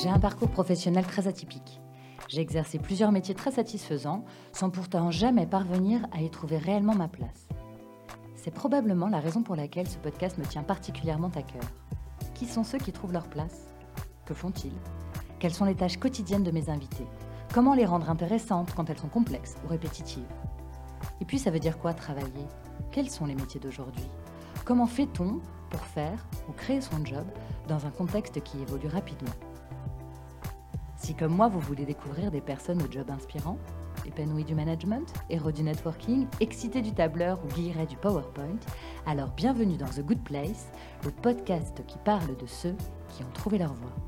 J'ai un parcours professionnel très atypique. J'ai exercé plusieurs métiers très satisfaisants, sans pourtant jamais parvenir à y trouver réellement ma place. C'est probablement la raison pour laquelle ce podcast me tient particulièrement à cœur. Qui sont ceux qui trouvent leur place ? Que font-ils ? Quelles sont les tâches quotidiennes de mes invités ? Comment les rendre intéressantes quand elles sont complexes ou répétitives ? Et puis ça veut dire quoi travailler ? Quels sont les métiers d'aujourd'hui ? Comment fait-on pour faire ou créer son job dans un contexte qui évolue rapidement ? Si comme moi vous voulez découvrir des personnes au job inspirant, épanouies du management, héros du networking, excités du tableur ou guillerets du PowerPoint, alors bienvenue dans The Good Place, le podcast qui parle de ceux qui ont trouvé leur voie.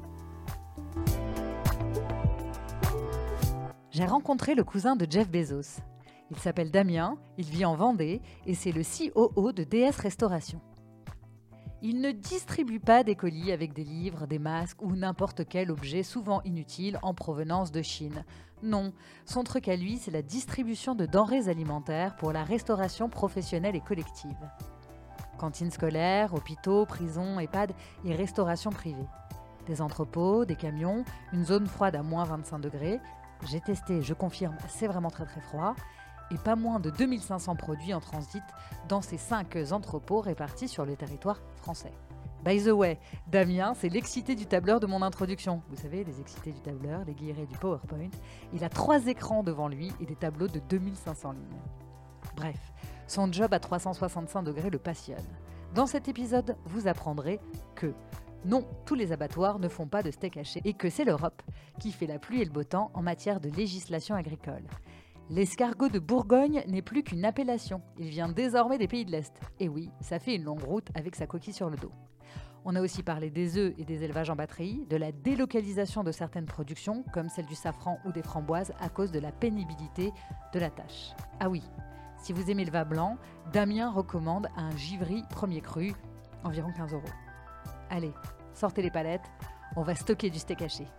J'ai rencontré le cousin de Jeff Bezos. Il s'appelle Damien, il vit en Vendée et c'est le COO de DS Restauration. Il ne distribue pas des colis avec des livres, des masques ou n'importe quel objet souvent inutile en provenance de Chine. Non, son truc à lui, c'est la distribution de denrées alimentaires pour la restauration professionnelle et collective. Cantines scolaires, hôpitaux, prisons, EHPAD et restauration privée. Des entrepôts, des camions, une zone froide à moins 25 degrés. J'ai testé, je confirme, c'est vraiment très très froid. Et pas moins de 2500 produits en transit dans ces 5 entrepôts répartis sur le territoire français. By the way, Damien, c'est l'excité du tableur de mon introduction. Vous savez, les excités du tableur, les guillerets du PowerPoint. Il a 3 écrans devant lui et des tableaux de 2500 lignes. Bref, son job à 365 degrés le passionne. Dans cet épisode, vous apprendrez que non, tous les abattoirs ne font pas de steak haché et que c'est l'Europe qui fait la pluie et le beau temps en matière de législation agricole. L'escargot de Bourgogne n'est plus qu'une appellation. Il vient désormais des pays de l'Est. Et oui, ça fait une longue route avec sa coquille sur le dos. On a aussi parlé des œufs et des élevages en batterie, de la délocalisation de certaines productions, comme celle du safran ou des framboises, à cause de la pénibilité de la tâche. Ah oui, si vous aimez le vin blanc, Damien recommande un Givry premier cru, environ 15 €. Allez, sortez les palettes, on va stocker du steak haché.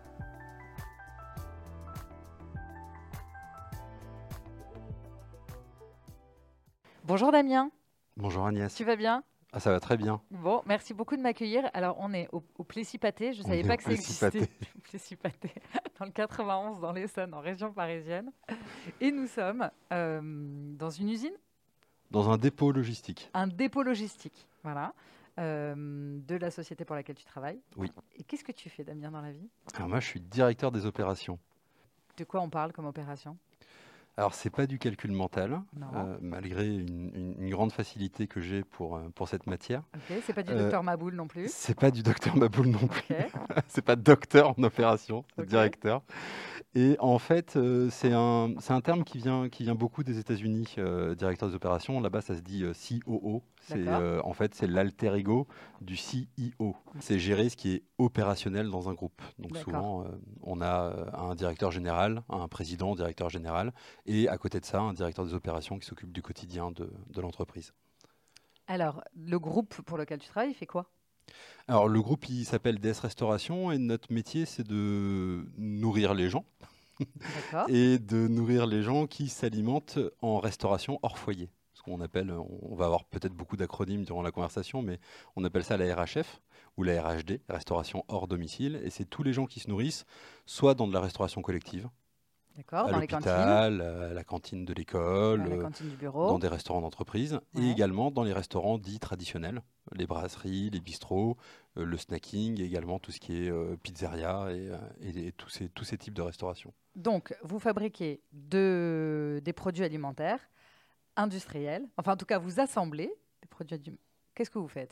Bonjour Damien. Bonjour Agnès. Tu vas bien ? Ah, ça va très bien. Bon, merci beaucoup de m'accueillir. Alors, on est au Plessis-Pâté. Je ne savais pas que ça existait. Plessis-Pâté, dans le 91, dans l'Essonne, en région parisienne. Et nous sommes dans une usine ? Dans un dépôt logistique. Un dépôt logistique, voilà. De la société pour laquelle tu travailles. Oui. Et qu'est-ce que tu fais, Damien, dans la vie ? Alors moi, je suis directeur des opérations. De quoi on parle comme opération ? Alors, c'est pas du calcul mental, malgré une grande facilité que j'ai pour cette matière. Ok, c'est pas du docteur Maboul non plus. C'est pas du docteur Maboul non plus. Okay. C'est pas docteur en opération, c'est Okay. directeur. Et en fait, c'est un terme qui vient beaucoup des États-Unis, directeur des opérations. Là-bas, ça se dit COO. En fait, c'est l'alter ego du CEO. C'est gérer ce qui est opérationnel dans un groupe. Donc souvent, on a un directeur général, un président, directeur général, et à côté de ça, un directeur des opérations qui s'occupe du quotidien de l'entreprise. Alors, le groupe pour lequel tu travailles, il fait quoi ? Alors, le groupe, il s'appelle DS Restauration et notre métier, c'est de nourrir les gens. Et de nourrir les gens qui s'alimentent en restauration hors foyer. Ce qu'on appelle, on va avoir peut-être beaucoup d'acronymes durant la conversation, mais on appelle ça la RHF ou la RHD, restauration hors domicile. Et c'est tous les gens qui se nourrissent, soit dans de la restauration collective, à dans l'hôpital, à la cantine de l'école, la cantine du bureau, dans des restaurants d'entreprise, et également dans les restaurants dits traditionnels, les brasseries, les bistrots, le snacking, et également tout ce qui est pizzeria et tous ces types de restauration. Donc, vous fabriquez des produits alimentaires industriels, enfin en tout cas vous assemblez des produits alimentaires. Qu'est-ce que vous faites ?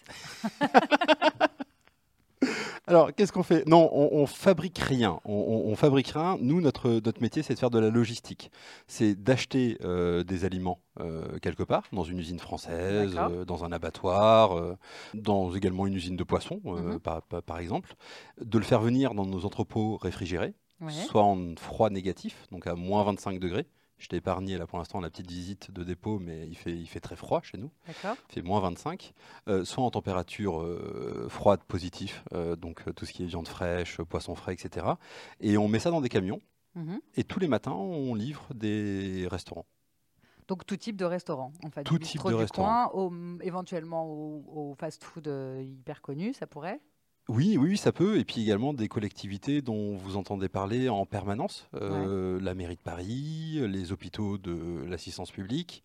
Alors, qu'est-ce qu'on fait ? Non, on fabrique rien. On fabrique rien. Nous, notre métier, c'est de faire de la logistique. C'est d'acheter des aliments quelque part, dans une usine française, dans un abattoir, dans également une usine de poissons, par exemple, de le faire venir dans nos entrepôts réfrigérés, soit en froid négatif, donc à moins 25 degrés. Je t'ai épargné là pour l'instant la petite visite de dépôt, mais il fait très froid chez nous. Il fait moins 25, soit en température froide positive, donc tout ce qui est viande fraîche, poisson frais, etc. Et on met ça dans des camions. Et tous les matins, on livre des restaurants. Donc tout type de restaurant, en fait. Tout type de restaurant. Éventuellement au fast-food hyper connu, ça pourrait ? Oui, oui, oui, ça peut. Et puis également des collectivités dont vous entendez parler en permanence. Ouais. La mairie de Paris, les hôpitaux de l'assistance publique,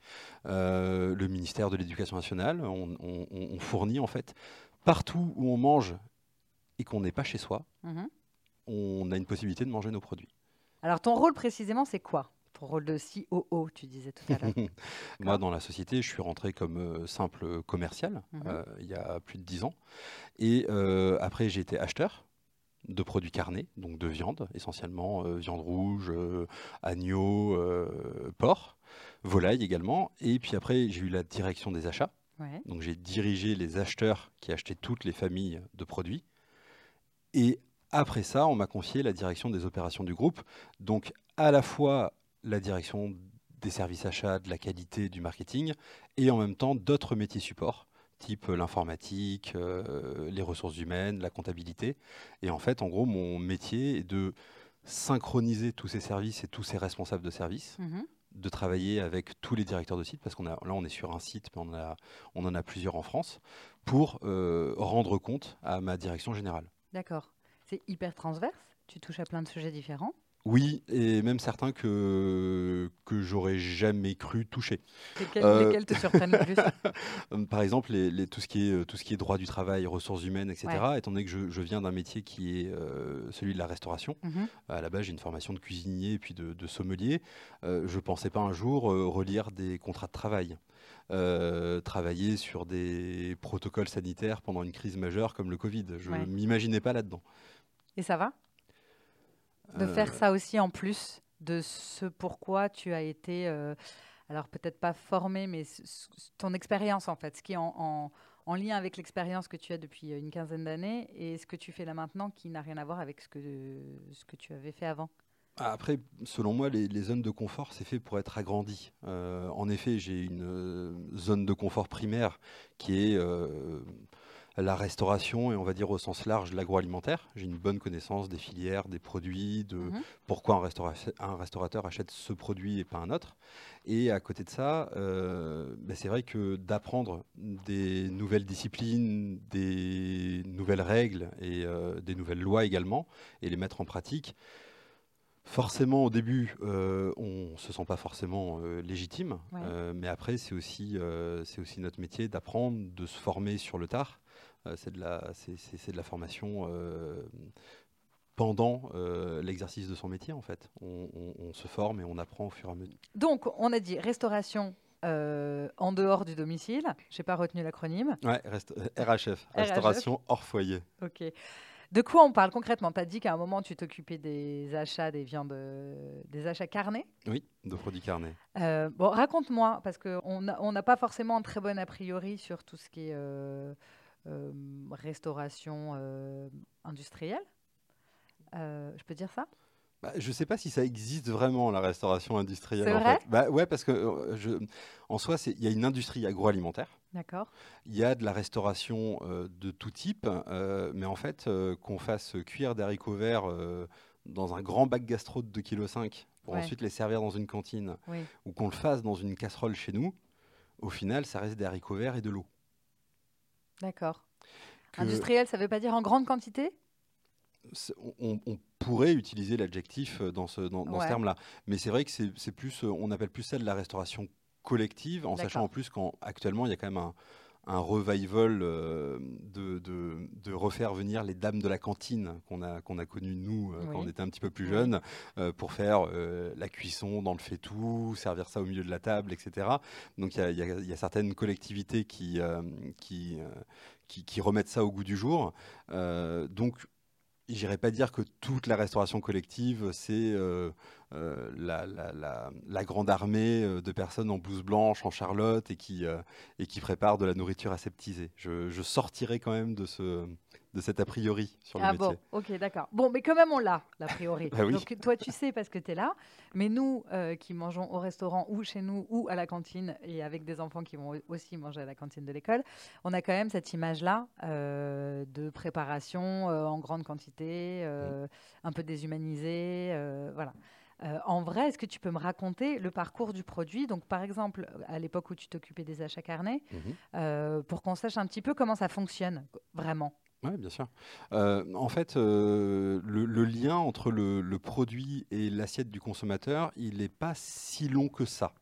le ministère de l'Éducation nationale. On fournit en fait partout où on mange et qu'on n'est pas chez soi, Mhm. on a une possibilité de manger nos produits. Alors, ton rôle précisément, c'est quoi? Ton rôle de COO, tu disais tout à l'heure. Moi, D'accord. dans la société, je suis rentré comme simple commercial Mhm. il y a plus de 10 ans. Et après, j'ai été acheteur de produits carnés, donc de viande, essentiellement viande rouge, agneau, porc, volaille également. Et puis après, j'ai eu la direction des achats. Ouais. Donc j'ai dirigé les acheteurs qui achetaient toutes les familles de produits. Et après ça, on m'a confié la direction des opérations du groupe. Donc à la fois la direction des services achats, de la qualité, du marketing, et en même temps d'autres métiers supports, type l'informatique, les ressources humaines, la comptabilité. Et en fait, en gros, mon métier est de synchroniser tous ces services et tous ces responsables de services, Mhm. de travailler avec tous les directeurs de site, parce là on est sur un site, mais on en a plusieurs en France, pour rendre compte à ma direction générale. D'accord. C'est hyper transverse. Tu touches à plein de sujets différents. Oui, et même certains que j'aurais jamais cru toucher. Euh, Lesquels te surprennent le plus? Par exemple, tout ce qui est droit du travail, ressources humaines, Ouais. etc. Étant donné que je viens d'un métier qui est celui de la restauration, Mhm. à la base j'ai une formation de cuisinier et puis de sommelier, je ne pensais pas un jour relire des contrats de travail. Travailler sur des protocoles sanitaires pendant une crise majeure comme le Covid. Je ne Ouais. m'imaginais pas là-dedans. Et ça va? De faire Euh, ça aussi en plus de ce pourquoi tu as été, alors peut-être pas formé, mais ton expérience en fait, ce qui est en lien avec l'expérience que tu as depuis une quinzaine d'années et ce que tu fais là maintenant qui n'a rien à voir avec ce que tu avais fait avant. Après, selon moi, les zones de confort, c'est fait pour être agrandi. En effet, j'ai une zone de confort primaire qui est la restauration et on va dire au sens large l'agroalimentaire. J'ai une bonne connaissance des filières, des produits, de Mhm. pourquoi un restaurateur achète ce produit et pas un autre. Et à côté de ça, ben c'est vrai que d'apprendre des nouvelles disciplines, des nouvelles règles et des nouvelles lois également, et les mettre en pratique, forcément, au début, on ne se sent pas forcément légitime, Ouais. mais après, c'est aussi notre métier d'apprendre, de se former sur le tard. C'est de la formation pendant l'exercice de son métier, en fait. On se forme et on apprend au fur et à mesure. Donc on a dit restauration en dehors du domicile. J'ai pas retenu l'acronyme. Ouais, RHF, RHF. restauration hors foyer. Ok. De quoi on parle concrètement? Tu as dit qu'à un moment, tu t'occupais des achats des viandes, des achats carnés. Oui, de produits carnés. Bon, raconte-moi, parce qu'on n'a pas forcément un très bon a priori sur tout ce qui est restauration industrielle. Je peux dire ça? Bah, je ne sais pas si ça existe vraiment, la restauration industrielle, C'est en vrai? fait. Bah, ouais, parce que en soi, il y a une industrie agroalimentaire. D'accord. Il y a de la restauration de tout type, mais en fait, qu'on fasse cuire des haricots verts dans un grand bac gastro de 2,5 kg pour Ouais, ensuite les servir dans une cantine, oui, ou qu'on le fasse dans une casserole chez nous, au final, ça reste des haricots verts et de l'eau. d'accord. Que Industriel, ça veut pas dire en grande quantité? on pourrait utiliser l'adjectif dans ce Ouais, terme-là, mais c'est vrai que c'est plus, on appelle plus ça de la restauration collective, en sachant en d'accord. plus qu'actuellement, il y a quand même un revival de refaire venir les dames de la cantine qu'on a connues, nous, quand on Oui, était un petit peu plus oui. jeunes, pour faire la cuisson dans le fait-tout, servir ça au milieu de la table, etc. Donc il y a certaines collectivités qui remettent ça au goût du jour. Donc j'irais pas dire que toute la restauration collective, c'est la grande armée de personnes en blouse blanche, en charlotte et qui préparent de la nourriture aseptisée. Je sortirais quand même de cet a priori sur le Ah bon, métier. ok, d'accord. Bon, mais quand même, on l'a, l'a priori. Bah oui. Donc, toi, tu sais parce que tu es là. Mais nous, qui mangeons au restaurant ou chez nous ou à la cantine, et avec des enfants qui vont aussi manger à la cantine de l'école, on a quand même cette image-là de préparation en grande quantité, Mhm. un peu déshumanisée. Voilà. En vrai, est-ce que tu peux me raconter le parcours du produit? Donc, par exemple, à l'époque où tu t'occupais des achats carnets, Mhm. pour qu'on sache un petit peu comment ça fonctionne vraiment. Ouais, bien sûr. En fait, le lien entre le produit et l'assiette du consommateur, il n'est pas si long que ça.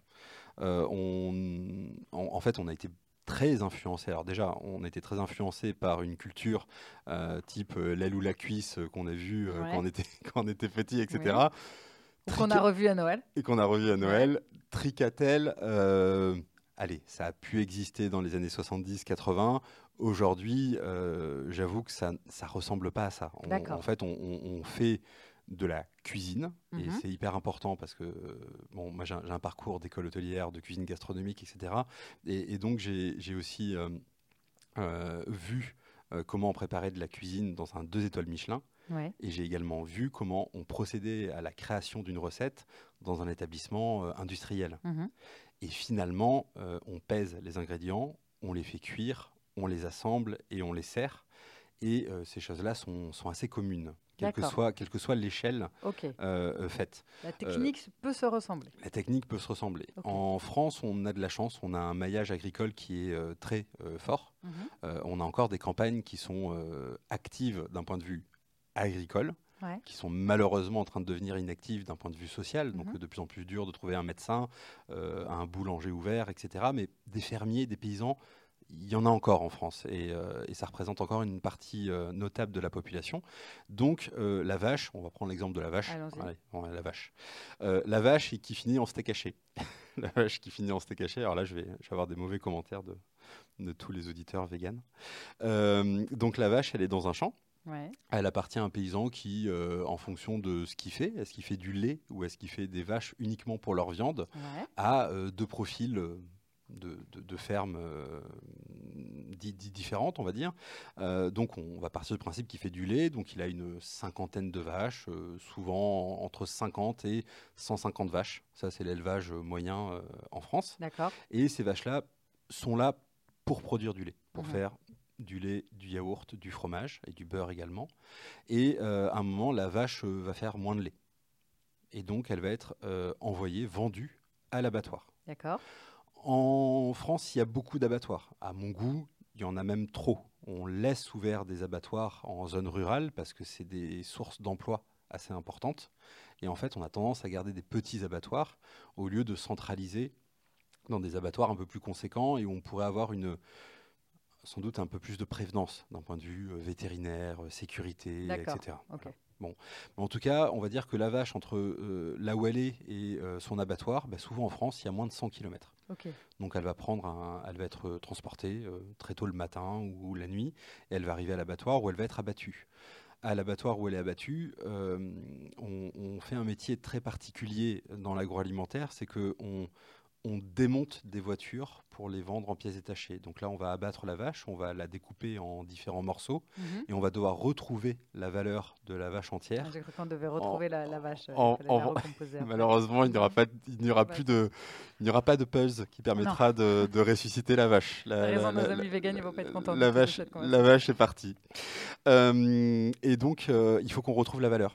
En fait, on a été très influencé. Alors déjà, on a été très influencé par une culture type l'aile ou la cuisse qu'on a vu quand Ouais. on était, quand on était petit, Oui. etc. Ou qu'on a revu à Noël. Et qu'on a revu à Ouais. Noël. Tricatel, allez, ça a pu exister dans les années 70-80. Aujourd'hui, j'avoue que ça ne ressemble pas à ça. En D'accord. fait, on fait de la cuisine, et Mhm. c'est hyper important parce que bon, moi j'ai un parcours d'école hôtelière, de cuisine gastronomique, etc. Et donc j'ai aussi vu comment on préparait de la cuisine dans un 2 étoiles Michelin. Ouais. Et j'ai également vu comment on procédait à la création d'une recette dans un établissement industriel. Mhm. Et finalement, on pèse les ingrédients, on les fait cuire, on les assemble et on les sert. Et ces choses-là sont assez communes, D'accord. quelle que soit l'échelle Ok. faite. La Euh, technique peut se ressembler. la technique peut se ressembler. Ok. En France, on a de la chance, on a un maillage agricole qui est très fort. Mhm. On a encore des campagnes qui sont actives d'un point de vue agricole, Ouais. qui sont malheureusement en train de devenir inactives d'un point de vue social, donc Mhm. de plus en plus dur de trouver un médecin, un boulanger ouvert, etc. Mais des fermiers, des paysans, il y en a encore en France et ça représente encore une partie notable de la population. Donc la vache, on va prendre l'exemple de la vache. Allons-y. Allez, la vache. La vache qui finit en steak haché. La vache qui finit en steak haché. Alors là, je vais avoir des mauvais commentaires de tous les auditeurs véganes. Donc la vache, elle est dans un champ. Ouais. Elle appartient à un paysan qui, en fonction de ce qu'il fait, est-ce qu'il fait du lait ou est-ce qu'il fait des vaches uniquement pour leur viande, Ouais. a deux profils de fermes différentes, on va dire. Donc on va partir du principe qu'il fait du lait, donc il a une cinquantaine de vaches, souvent entre 50 et 150 vaches. Ça, c'est l'élevage moyen en France. D'accord. Et ces vaches-là sont là pour produire du lait, pour Mhm. faire du lait, du yaourt, du fromage et du beurre également. Et à un moment, la vache va faire moins de lait. Et donc, elle va être envoyée, vendue à l'abattoir. D'accord. En France, il y a beaucoup d'abattoirs. À mon goût, il y en a même trop. On laisse ouvert des abattoirs en zone rurale parce que c'est des sources d'emploi assez importantes. Et en fait, on a tendance à garder des petits abattoirs au lieu de centraliser dans des abattoirs un peu plus conséquents et où on pourrait avoir sans doute un peu plus de prévenance d'un point de vue vétérinaire, sécurité, D'accord. etc. Ok. Voilà. Bon. Mais en tout cas, on va dire que la vache, entre là où elle est et son abattoir, bah, souvent en France, il y a moins de 100 km. Ok. Donc elle va être transportée très tôt le matin ou la nuit, et elle va arriver à l'abattoir où elle va être abattue. À l'abattoir où elle est abattue, on fait un métier très particulier dans l'agroalimentaire, c'est que on démonte des voitures pour les vendre en pièces détachées. Donc là, on va abattre la vache, on va la découper en différents morceaux Mhm. et on va devoir retrouver la valeur de la vache Ah, entière. j'ai cru qu'on devait En, retrouver la vache. Il en- fallait la en- recomposer après. Malheureusement, Mhm. il n'y aura Bah, plus il n'y aura pas de puzzle qui non, permettra de ressusciter la vache. t'as raison, nos amis véganes, ils vont pas être contents du La tout de vache, cette la conversation. vache est partie. Et donc, il faut qu'on retrouve la valeur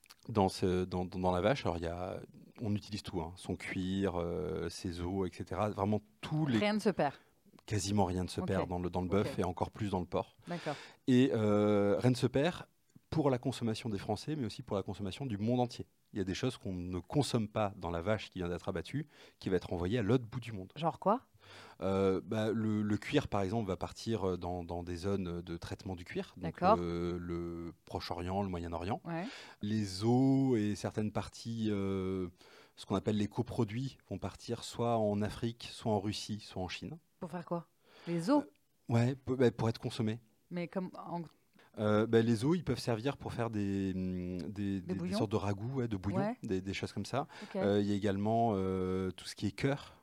dans la vache. Alors, on utilise tout, hein, son cuir, ses os, etc. Vraiment Rien ne se perd. quasiment rien ne se Ok. perd dans le Ok. bœuf et encore plus dans le porc. D'accord. Et rien ne se perd pour la consommation des Français, mais aussi pour la consommation du monde entier. Il y a des choses qu'on ne consomme pas dans la vache qui vient d'être abattue, qui va être envoyée à l'autre bout du monde. Genre quoi? Le cuir, par exemple, va partir dans des zones de traitement du cuir, donc D'accord. le Proche-Orient, le Moyen-Orient. Ouais. Les os et certaines parties, ce qu'on appelle les coproduits, vont partir soit en Afrique, soit en Russie, soit en Chine. Pour faire quoi? Les os. Ouais, pour être consommés. Mais comme Les os, ils peuvent servir pour faire des des bouillons. sortes de ragoûts, ouais, de bouillons, Ouais. des choses comme ça. Ok. Il y a également tout ce qui est cœur,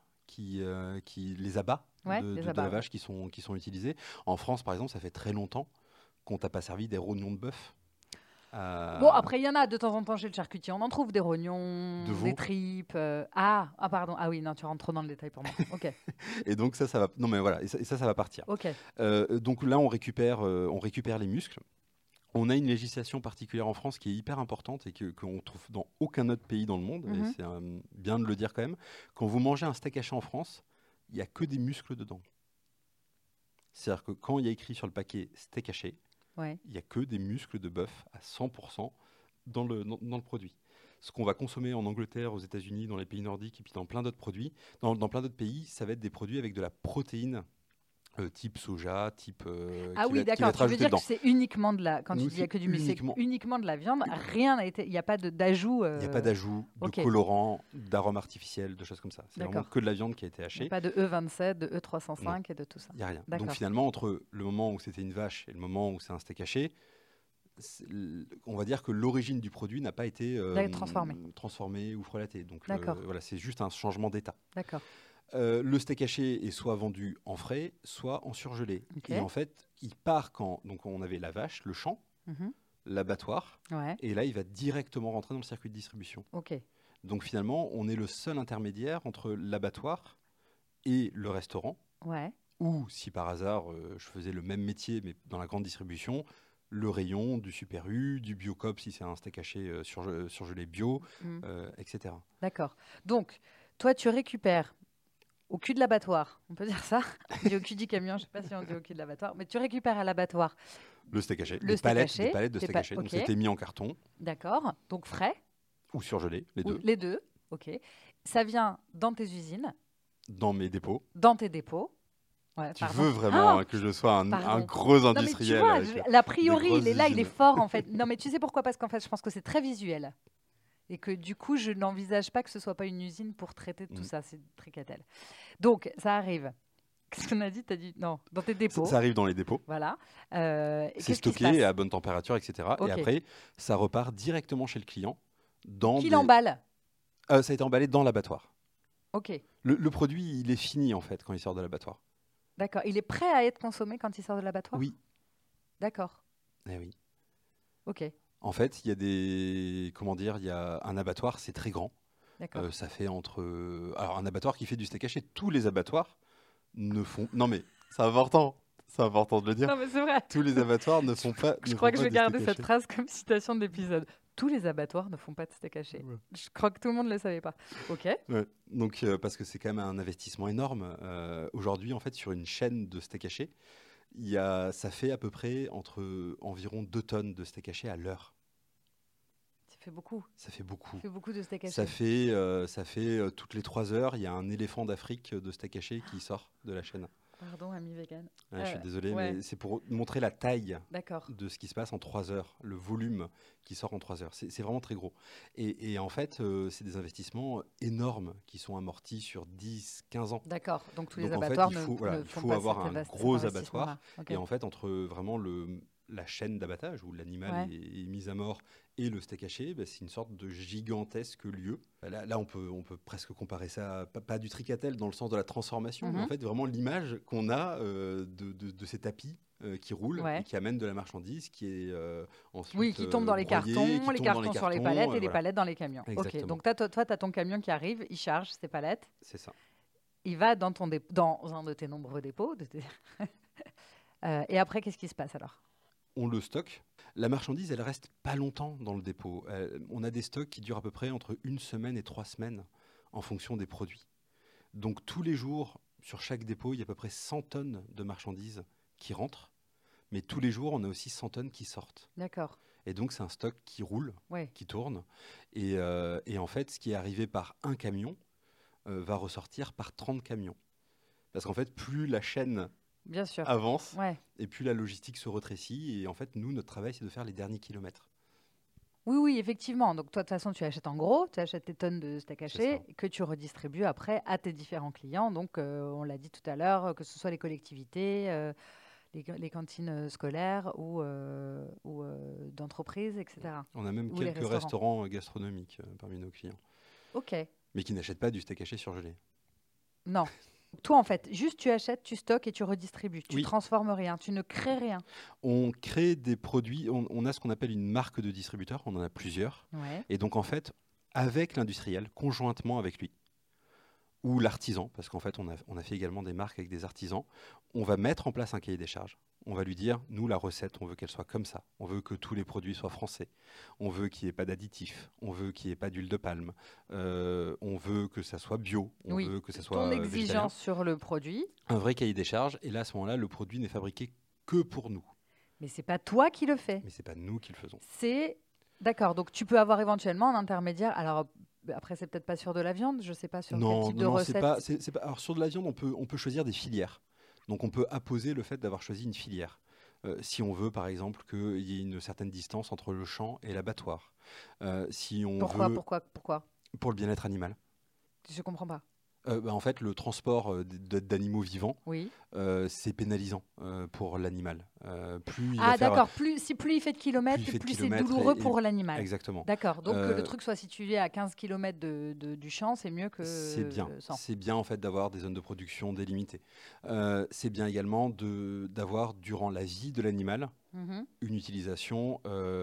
les abats Ouais. Les de la abats. Ouais. vache qui sont utilisés. En France, par exemple, ça fait très longtemps qu'on t'a pas servi des rognons de bœuf. Bon, après, il y en a de temps en temps chez le charcutier. On en trouve des rognons, De des veau. tripes. Pardon. Ah oui, non, tu rentres trop dans le détail pour moi. Ok. Et donc ça va. Non mais voilà, ça va partir. Ok. Donc là, on récupère les muscles. On a une législation particulière en France qui est hyper importante et qu'on trouve dans aucun autre pays dans le monde, et Mhm. c'est bien de le dire quand même. Quand vous mangez un steak haché en France, il n'y a que des muscles dedans. C'est-à-dire que quand il y a écrit sur le paquet steak haché, Ouais. Il n'y a que des muscles de bœuf à 100% dans le produit. Ce qu'on va consommer en Angleterre, aux États-Unis, dans les pays nordiques et puis dans plein d'autres produits, dans plein d'autres pays, ça va être des produits avec de la protéine, type soja, type Ah oui, qui va d'accord. être Tu veux rajouté dire que dedans. c'est uniquement de la. Quand tu Nous, dis il n'y a c'est que du muscle, c'est uniquement. uniquement de la viande. Rien n'a été. Il n'y a pas d'ajout. Il n'y a pas d'ajout de ok. colorant, d'arômes artificiels, de choses comme ça. C'est vraiment D'accord. que de la viande qui a été Il n'y a hachée. pas de E27, de Non, E305 et de tout ça. il n'y a rien. D'accord. Donc finalement, entre le moment où c'était une vache et le moment où c'est un steak haché, on va dire que l'origine du produit n'a pas été transformée ou frelatée. Donc D'accord. voilà, c'est juste un changement d'état. D'accord. Le steak haché est soit vendu en frais, soit en surgelé. Ok. Et en fait, il part quand donc on avait la vache, le champ, Mhm. l'abattoir, Ouais. et là il va directement rentrer dans le circuit de distribution. Ok. Donc finalement, on est le seul intermédiaire entre l'abattoir et le restaurant. Ouais. Ou si par hasard je faisais le même métier mais dans la grande distribution, le rayon du Super U, du Biocop si c'est un steak haché surgelé bio, etc. D'accord. Donc, toi, tu récupères au cul de l'abattoir, on peut dire ça. On dit au cul du camion, je ne sais pas si on dit au cul de l'abattoir, mais tu récupères à l'abattoir Le steak haché, le des steak palettes, haché, des palettes de steak haché. Donc ok. c'était mis en carton D'accord. Donc frais. ou surgelé, les Ou deux, les deux. Ok. Ça vient dans tes usines, dans mes dépôts. dans tes dépôts. Ouais, Tu pardon. veux vraiment Ah que je sois un Pardon. gros Non, mais tu industriel vois, avec l'a priori, grosses il est là, il est usines. fort en fait. Non, mais tu sais pourquoi? Parce qu'en fait, je pense que c'est très visuel. Et que du coup, je n'envisage pas que ce soit pas une usine pour traiter de tout ça. C'est tricatel. Donc, ça arrive. Qu'est-ce qu'on a dit? Tu as dit non, dans tes dépôts. Ça arrive dans les dépôts. Voilà. C'est Qu'est-ce qui se stocké passe? à bonne température, etc. Ok. Et après, ça repart directement chez le client. Qui l'emballe? Ça a été emballé dans l'abattoir. Ok. Le produit, il est fini en fait quand il sort de l'abattoir. D'accord. Il est prêt à être consommé quand il sort de l'abattoir? Oui. D'accord. Eh oui. Ok. En fait, il y a il y a un abattoir, c'est très grand. D'accord. Ça fait alors un abattoir qui fait du steak haché. Tous les abattoirs ne font. Non mais c'est important. C'est important de le dire. Non, mais c'est vrai. Tous les abattoirs ne font pas. Je ne crois font que je pas vais de garder steak cette haché. phrase comme citation de l'épisode. Tous les abattoirs ne font pas de steak haché. Ouais. Je crois que tout le monde ne le savait pas. Ok. Ouais. Donc parce que c'est quand même un investissement énorme. Aujourd'hui, en fait, sur une chaîne de steak haché, ça fait à peu près environ 2 tonnes de steak haché à l'heure. Ça fait beaucoup. Ça fait beaucoup. Ça fait beaucoup de steak haché. Ça fait toutes les 3 heures, il y a un éléphant d'Afrique de steak haché qui sort de la chaîne. Pardon, ami vegan. Ouais, je suis désolé, ouais. mais c'est pour montrer la taille D'accord. de ce qui se passe en 3 heures, le volume qui sort en 3 heures. C'est vraiment très gros. Et en fait, c'est des investissements énormes qui sont amortis sur 10, 15 ans. D'accord. Donc tous les Donc en fait, abattoirs il ne faut font pas avoir cet un gros investissement-là. abattoir. Ok. Et en fait, entre vraiment la chaîne d'abattage où l'animal est mis à mort et le steak haché, c'est une sorte de gigantesque lieu. Là on peut presque comparer ça, pas du tricatel dans le sens de la transformation, mais en fait vraiment l'image qu'on a de ces tapis qui roulent et qui amènent de la marchandise qui est ensuite qui tombe dans les broyée, cartons, les cartons sur les palettes et les voilà. palettes dans les camions. Exactement. Ok, donc toi, tu as ton camion qui arrive, il charge ses palettes. C'est ça. Il va dans un de tes nombreux dépôts. Et après, qu'est-ce qui se passe alors? On le stocke. La marchandise, elle reste pas longtemps dans le dépôt. On a des stocks qui durent à peu près entre 1 semaine et 3 semaines en fonction des produits. Donc tous les jours, sur chaque dépôt, il y a à peu près 100 tonnes de marchandises qui rentrent. Mais tous les jours, on a aussi 100 tonnes qui sortent. D'accord. Et donc c'est un stock qui roule, qui tourne. Et en fait, ce qui est arrivé par un camion va ressortir par 30 camions. Parce qu'en fait, plus la chaîne Bien sûr. avance, et puis la logistique se rétrécit. Et en fait, nous, notre travail, c'est de faire les derniers kilomètres. Oui, effectivement. Donc, toi, de toute façon, tu achètes en gros, tu achètes tes tonnes de steak haché que tu redistribues après à tes différents clients. Donc, on l'a dit tout à l'heure, que ce soit les collectivités, les cantines scolaires ou d'entreprises, etc. On a même Ou quelques restaurants gastronomiques parmi nos clients. Ok. Mais qui n'achètent pas du steak haché surgelé. Non. Toi, en fait, juste tu achètes, tu stockes et tu redistribues. Tu transformes rien, tu ne crées rien. On crée des produits, on a ce qu'on appelle une marque de distributeur, on en a plusieurs. Et donc, en fait, avec l'industriel, conjointement avec lui, ou l'artisan, parce qu'en fait, on a fait également des marques avec des artisans, on va mettre en place un cahier des charges. On va lui dire, nous, la recette, on veut qu'elle soit comme ça. On veut que tous les produits soient français. On veut qu'il n'y ait pas d'additifs. On veut qu'il n'y ait pas d'huile de palme. On veut que ça soit bio. On veut que ça soit ton exigence sur le produit. Un vrai cahier des charges. Et là, à ce moment-là, le produit n'est fabriqué que pour nous. Mais c'est pas toi qui le fais. Mais c'est pas nous qui le faisons. C'est d'accord. Donc tu peux avoir éventuellement un intermédiaire. Alors après, c'est peut-être pas sur de la viande. Je sais pas sur quel Non, type non, de non, recette. c'est pas. Alors sur de la viande, on peut choisir des filières. Donc on peut apposer le fait d'avoir choisi une filière. Si on veut, par exemple, qu'il y ait une certaine distance entre le champ et l'abattoir. Si on veut, Pourquoi? pour le bien-être animal. Je comprends pas. En fait, le transport d'animaux vivants, Oui. c'est pénalisant pour l'animal. Plus il va Ah faire, d'accord. Plus il fait de plus il kilomètres, fait de plus c'est kilomètres douloureux pour l'animal. exactement. D'accord. Donc que le Euh, truc soit situé à 15 km du champ, c'est mieux C'est bien. que 100. C'est bien en fait d'avoir des zones de production délimitées. C'est bien également d'avoir durant la vie de l'animal Mhm. une utilisation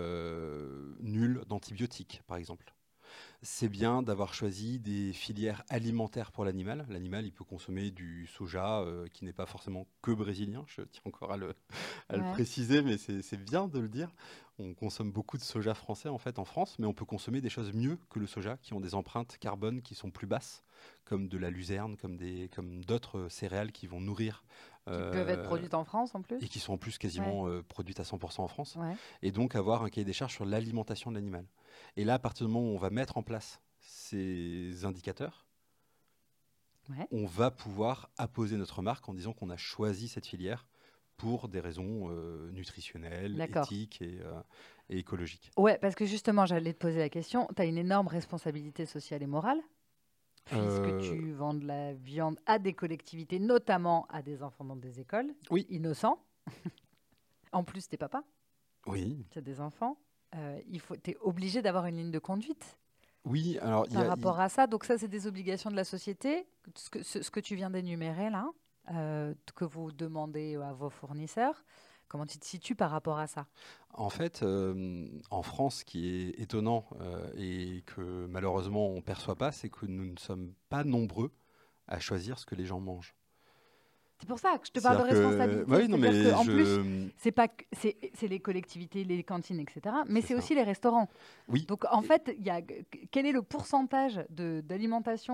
nulle d'antibiotiques, par exemple. C'est bien d'avoir choisi des filières alimentaires pour l'animal. L'animal, il peut consommer du soja qui n'est pas forcément que brésilien. Je tiens encore à le Ouais. préciser, mais c'est bien de le dire. On consomme beaucoup de soja français en fait en France, mais on peut consommer des choses mieux que le soja, qui ont des empreintes carbone qui sont plus basses, comme de la luzerne, comme d'autres céréales qui vont nourrir Qui peuvent être euh, produites en France en plus. et qui sont en plus Ouais. quasiment produites à 100% en France, Ouais. et donc avoir un cahier des charges sur l'alimentation de l'animal. Et là, à partir du moment où on va mettre en place ces indicateurs, Ouais. on va pouvoir apposer notre marque en disant qu'on a choisi cette filière pour des raisons nutritionnelles, D'accord. éthiques et écologiques. Ouais, parce que justement, j'allais te poser la question. Tu as une énorme responsabilité sociale et morale, puisque Euh, tu vends de la viande à des collectivités, notamment à des enfants dans des écoles, oui, innocents. En plus, t'es papa, oui, tu as des enfants. Tu es obligé d'avoir une ligne de conduite oui. Alors, par rapport à ça. Donc ça, c'est des obligations de la société. Ce que tu viens d'énumérer là, que vous demandez à vos fournisseurs. Comment tu te situes par rapport à ça? en fait, en France, ce qui est étonnant et que malheureusement on ne perçoit pas, c'est que nous ne sommes pas nombreux à choisir ce que les gens mangent. C'est pour ça que je te parle de C'est-à-dire que, bah responsabilité. oui, non, C'est-à-dire mais qu'en plus, c'est pas que- c'est les collectivités, les cantines, etc. Mais c'est c'est ça. aussi les restaurants. Oui, Donc en et- fait, quel est le pourcentage d'alimentation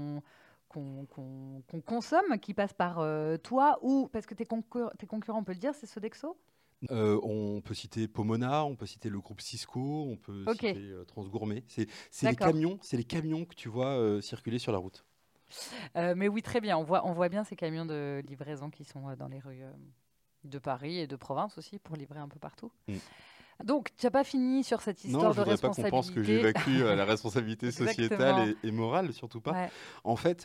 qu'on consomme qui passe par toi ou parce que tes concurrents, on peut le dire, c'est Sodexo? on peut citer Pomona, on peut citer le groupe Cisco, on peut Ok, citer Transgourmet. d'accord. C'est les camions que tu vois circuler sur la route. Mais oui, très bien. On voit bien ces camions de livraison qui sont dans les rues de Paris et de province aussi pour livrer un peu partout. Mm. Donc, tu n'as pas fini sur cette Non, histoire je de voudrais pas qu'on pense que responsabilité. j'évacue la responsabilité sociétale Exactement. et morale, surtout pas. Ouais, En fait,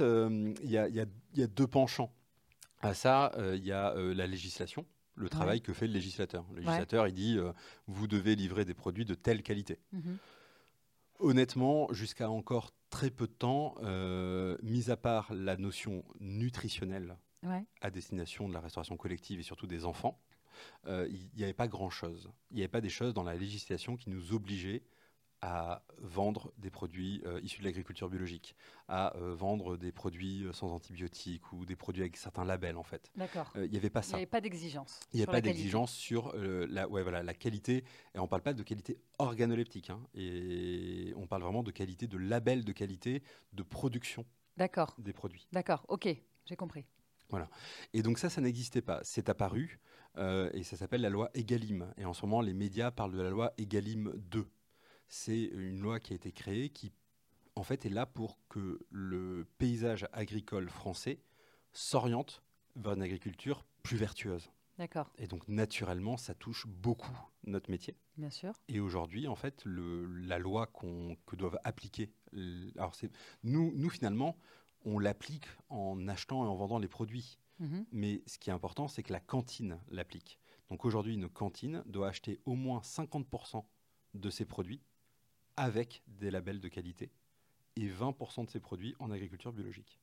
il y a deux penchants à ça. Il y a la législation, le ouais, travail que fait le législateur. Le ouais. législateur, il dit vous devez livrer des produits de telle qualité. Mhm. Honnêtement, jusqu'à encore très peu de temps, mis à part la notion nutritionnelle Ouais, à destination de la restauration collective et surtout des enfants, il n'y avait pas grand-chose. Il n'y avait pas des choses dans la législation qui nous obligeaient à vendre des produits issus de l'agriculture biologique, à vendre des produits sans antibiotiques ou des produits avec certains labels en fait. d'accord. Il n'y avait pas Il n'y ça. avait pas d'exigence Il n'y a sur pas la qualité. d'exigence sur la qualité, et on ne parle pas de qualité organoleptique, hein, et on parle vraiment de qualité, de label de qualité, de production D'accord, des produits. d'accord. Ok, j'ai compris. Voilà. Et donc ça n'existait pas. C'est apparu, et ça s'appelle la loi Egalim. Et en ce moment, les médias parlent de la loi Egalim 2. C'est une loi qui a été créée qui, en fait, est là pour que le paysage agricole français s'oriente vers une agriculture plus vertueuse. D'accord, Et donc, naturellement, ça touche beaucoup notre métier. bien sûr. Et aujourd'hui, en fait, la loi que doivent appliquer, alors nous, finalement, on l'applique en achetant et en vendant les produits. Mhm. Mais ce qui est important, c'est que la cantine l'applique. Donc aujourd'hui, une cantine doit acheter au moins 50% de ses produits avec des labels de qualité et 20% de ses produits en agriculture biologique.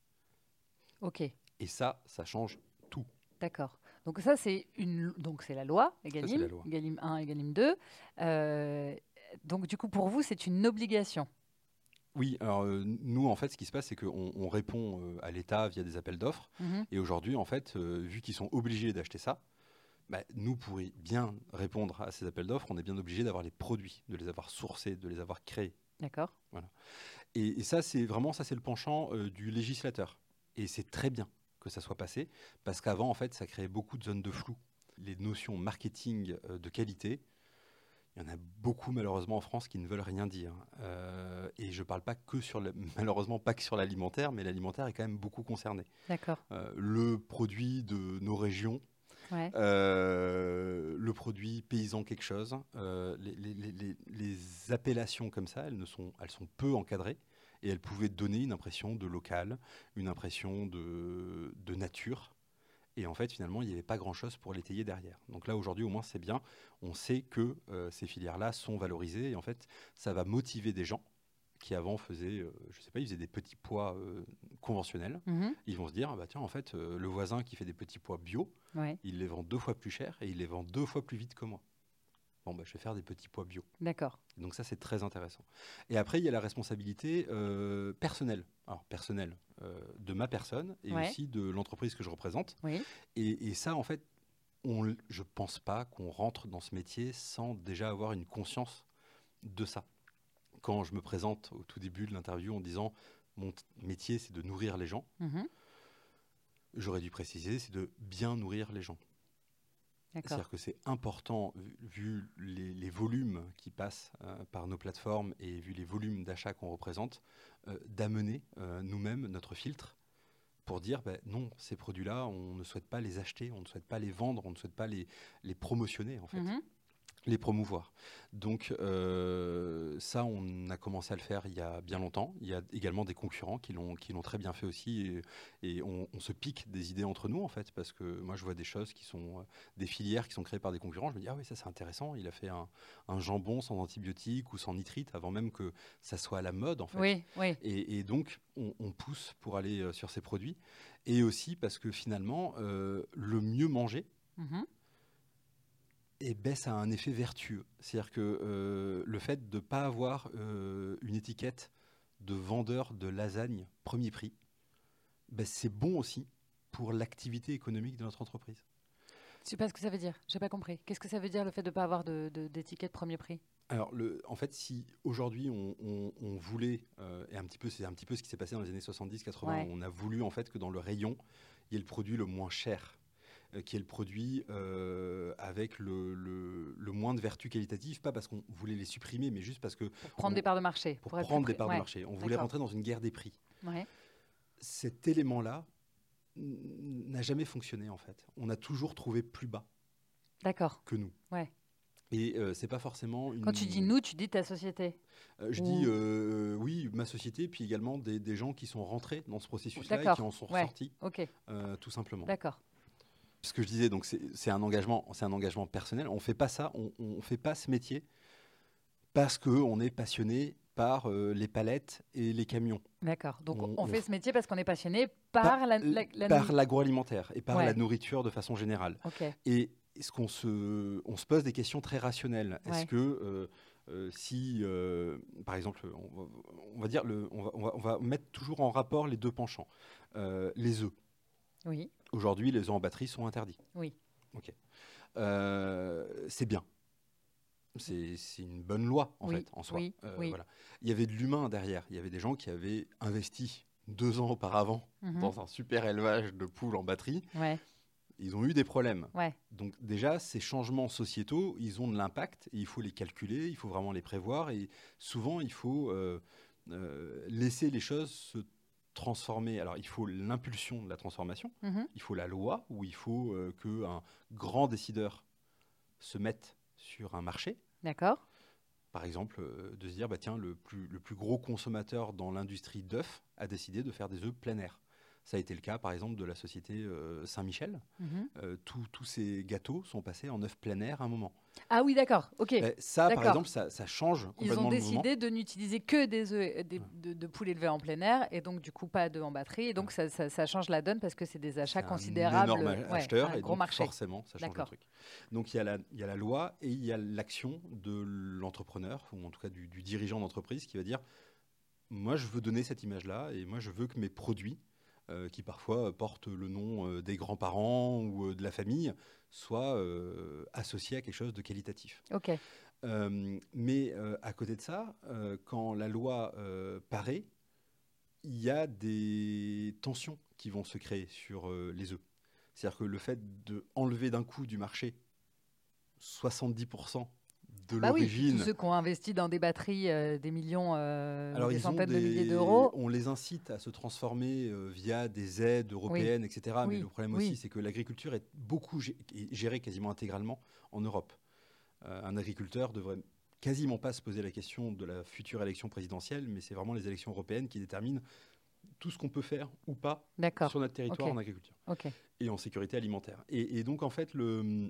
Ok, Et ça change tout. d'accord. Donc ça, donc c'est la loi, Ça, c'est la Egalim, loi. Egalim 1, Egalim 2. Euh, donc du coup, pour vous, c'est une obligation. Oui, alors nous, en fait, ce qui se passe, c'est qu'on répond à l'État via des appels d'offres. Mhm. Et aujourd'hui, en fait, vu qu'ils sont obligés d'acheter ça, bah, nous, pour bien répondre à ces appels d'offres, on est bien obligé d'avoir les produits, de les avoir sourcés, de les avoir créés. D'accord. Voilà. Et ça, c'est vraiment ça, c'est le penchant du législateur. Et c'est très bien que ça soit passé, parce qu'avant, en fait, ça créait beaucoup de zones de flou. les notions marketing de qualité, il y en a beaucoup malheureusement en France qui ne veulent rien dire. Et je ne parle pas que malheureusement pas que sur l'alimentaire, mais l'alimentaire est quand même beaucoup concerné. D'accord. Le produit de nos régions, Ouais. le produit paysan quelque chose, les appellations comme ça, elles sont peu encadrées et elles pouvaient donner une impression de local, une impression de nature. Et en fait, finalement, il n'y avait pas grand-chose pour l'étayer derrière. Donc là, aujourd'hui, au moins, c'est bien. On sait que ces filières-là sont valorisées. Et en fait, ça va motiver des gens qui avant faisaient, je sais pas, ils faisaient des petits pois conventionnels. Mhm. Ils vont se dire, ah bah tiens, en fait, le voisin qui fait des petits pois bio, Ouais. il les vend 2 fois plus cher et il les vend 2 fois plus vite que moi. Bon, bah, je vais faire des petits pois bio. D'accord. Donc ça, c'est très intéressant. Et après, il y a la responsabilité personnelle. Alors, personnelle de ma personne et Ouais. aussi de l'entreprise que je représente. Oui. Et ça, en fait, je pense pas qu'on rentre dans ce métier sans déjà avoir une conscience de ça. Quand je me présente au tout début de l'interview en disant mon métier, c'est de nourrir les gens, Mhm. j'aurais dû préciser, c'est de bien nourrir les gens. D'accord. C'est-à-dire que c'est important, vu les volumes qui passent par nos plateformes et vu les volumes d'achats qu'on représente, d'amener nous-mêmes notre filtre pour dire non, ces produits-là, on ne souhaite pas les acheter, on ne souhaite pas les vendre, on ne souhaite pas les promotionner en fait. Mhm. Les promouvoir. Donc ça, on a commencé à le faire il y a bien longtemps. Il y a également des concurrents qui l'ont très bien fait aussi. Et on se pique des idées entre nous, en fait, parce que moi, je vois des choses qui sont des filières qui sont créées par des concurrents. Je me dis, ah oui, ça, c'est intéressant. Il a fait un jambon sans antibiotiques ou sans nitrite avant même que ça soit à la mode, en fait. Oui, oui. Et donc, on pousse pour aller sur ces produits. Et aussi parce que finalement, le mieux manger, Mhm. et ça a un effet vertueux. C'est-à-dire que le fait de ne pas avoir une étiquette de vendeur de lasagne premier prix, c'est bon aussi pour l'activité économique de notre entreprise. Je sais pas ce que ça veut dire. J'ai pas compris. Qu'est-ce que ça veut dire le fait de ne pas avoir d'étiquette premier prix? Alors, en fait, si aujourd'hui on voulait, et c'est un petit peu ce qui s'est passé dans les années 70-80, Ouais. on a voulu en fait que dans le rayon, il y ait le produit le moins cher, qui est le produit avec le moins de vertus qualitatives, pas parce qu'on voulait les supprimer, mais juste parce que Pour prendre des parts de marché. pour être prendre plus des parts de ouais. marché. On voulait D'accord. rentrer dans une guerre des prix. Ouais. Cet élément-là n'a jamais fonctionné en fait. On a toujours trouvé plus bas D'accord. que nous. Ouais. Et c'est pas forcément une... Quand tu dis nous, tu dis ta société. je dis oui, ma société, puis également des gens qui sont rentrés dans ce processus-là et D'accord. qui en sont Ouais. ressortis, Ok. tout simplement. D'accord. Ce que je disais, donc c'est un engagement personnel. On fait pas ça, on fait pas ce métier parce que on est passionné par les palettes et les camions. D'accord. Donc On- on on fait f- ce métier parce qu'on est passionné Par, par par l'agroalimentaire et par Ouais. la nourriture de façon générale. Ok. Et on se pose des questions très rationnelles. Est-ce Ouais. que si, par exemple, on va dire, on va mettre toujours en rapport les deux penchants. Les œufs. Oui. Aujourd'hui, les œufs en batterie sont interdits. Oui. Ok. C'est bien. C'est une bonne loi, en Oui, fait, en soi. oui, oui. Voilà. Il y avait de l'humain derrière. Il y avait des gens qui avaient investi 2 ans auparavant Mhm. dans un super élevage de poules en batterie. Ouais. Ils ont eu des problèmes. Ouais. Donc déjà, ces changements sociétaux, ils ont de l'impact et il faut les calculer, il faut vraiment les prévoir. Et souvent, il faut laisser les choses se transformer. Alors, il faut l'impulsion de la transformation, Mhm. il faut la loi, où il faut qu'un grand décideur se mette sur un marché. D'accord. Par exemple, de se dire, tiens, le plus gros consommateur dans l'industrie d'œufs a décidé de faire des œufs plein air. Ça a été le cas, par exemple, de la société Saint-Michel. Mhm. Tous ces gâteaux sont passés en œufs plein air à un moment. Ah oui, d'accord. Ok. Ça, par D'accord. exemple, ça change Ils complètement ont le mouvement. décidé de n'utiliser que des œufs de poules élevées en plein air et donc du coup pas d'œufs en batterie. Et donc ça change la donne parce que c'est des achats C'est considérables. un énorme acheteur un et gros donc marché. forcément, ça change le D'accord. truc. Donc il y a la loi et il y a l'action de l'entrepreneur, ou en tout cas du dirigeant d'entreprise qui va dire, moi je veux donner cette image-là et moi je veux que mes produits, qui parfois portent le nom des grands-parents ou de la famille, soient associés à quelque chose de qualitatif. Ok. Mais à côté de ça, quand la loi paraît, il y a des tensions qui vont se créer sur les œufs. C'est-à-dire que le fait d'enlever d'un coup du marché 70% de Bah oui, l'origine. tous ceux qui ont investi dans des batteries, des millions, Alors, des centaines de milliers d'euros. on les incite à se transformer via des aides européennes, etc. Mais Oui, le problème oui. aussi, c'est que l'agriculture est beaucoup gérée quasiment intégralement en Europe. Un agriculteur devrait quasiment pas se poser la question de la future élection présidentielle, mais c'est vraiment les élections européennes qui déterminent tout ce qu'on peut faire ou pas D'accord. sur notre territoire Ok. en agriculture Ok. et en sécurité alimentaire. Et donc, en fait,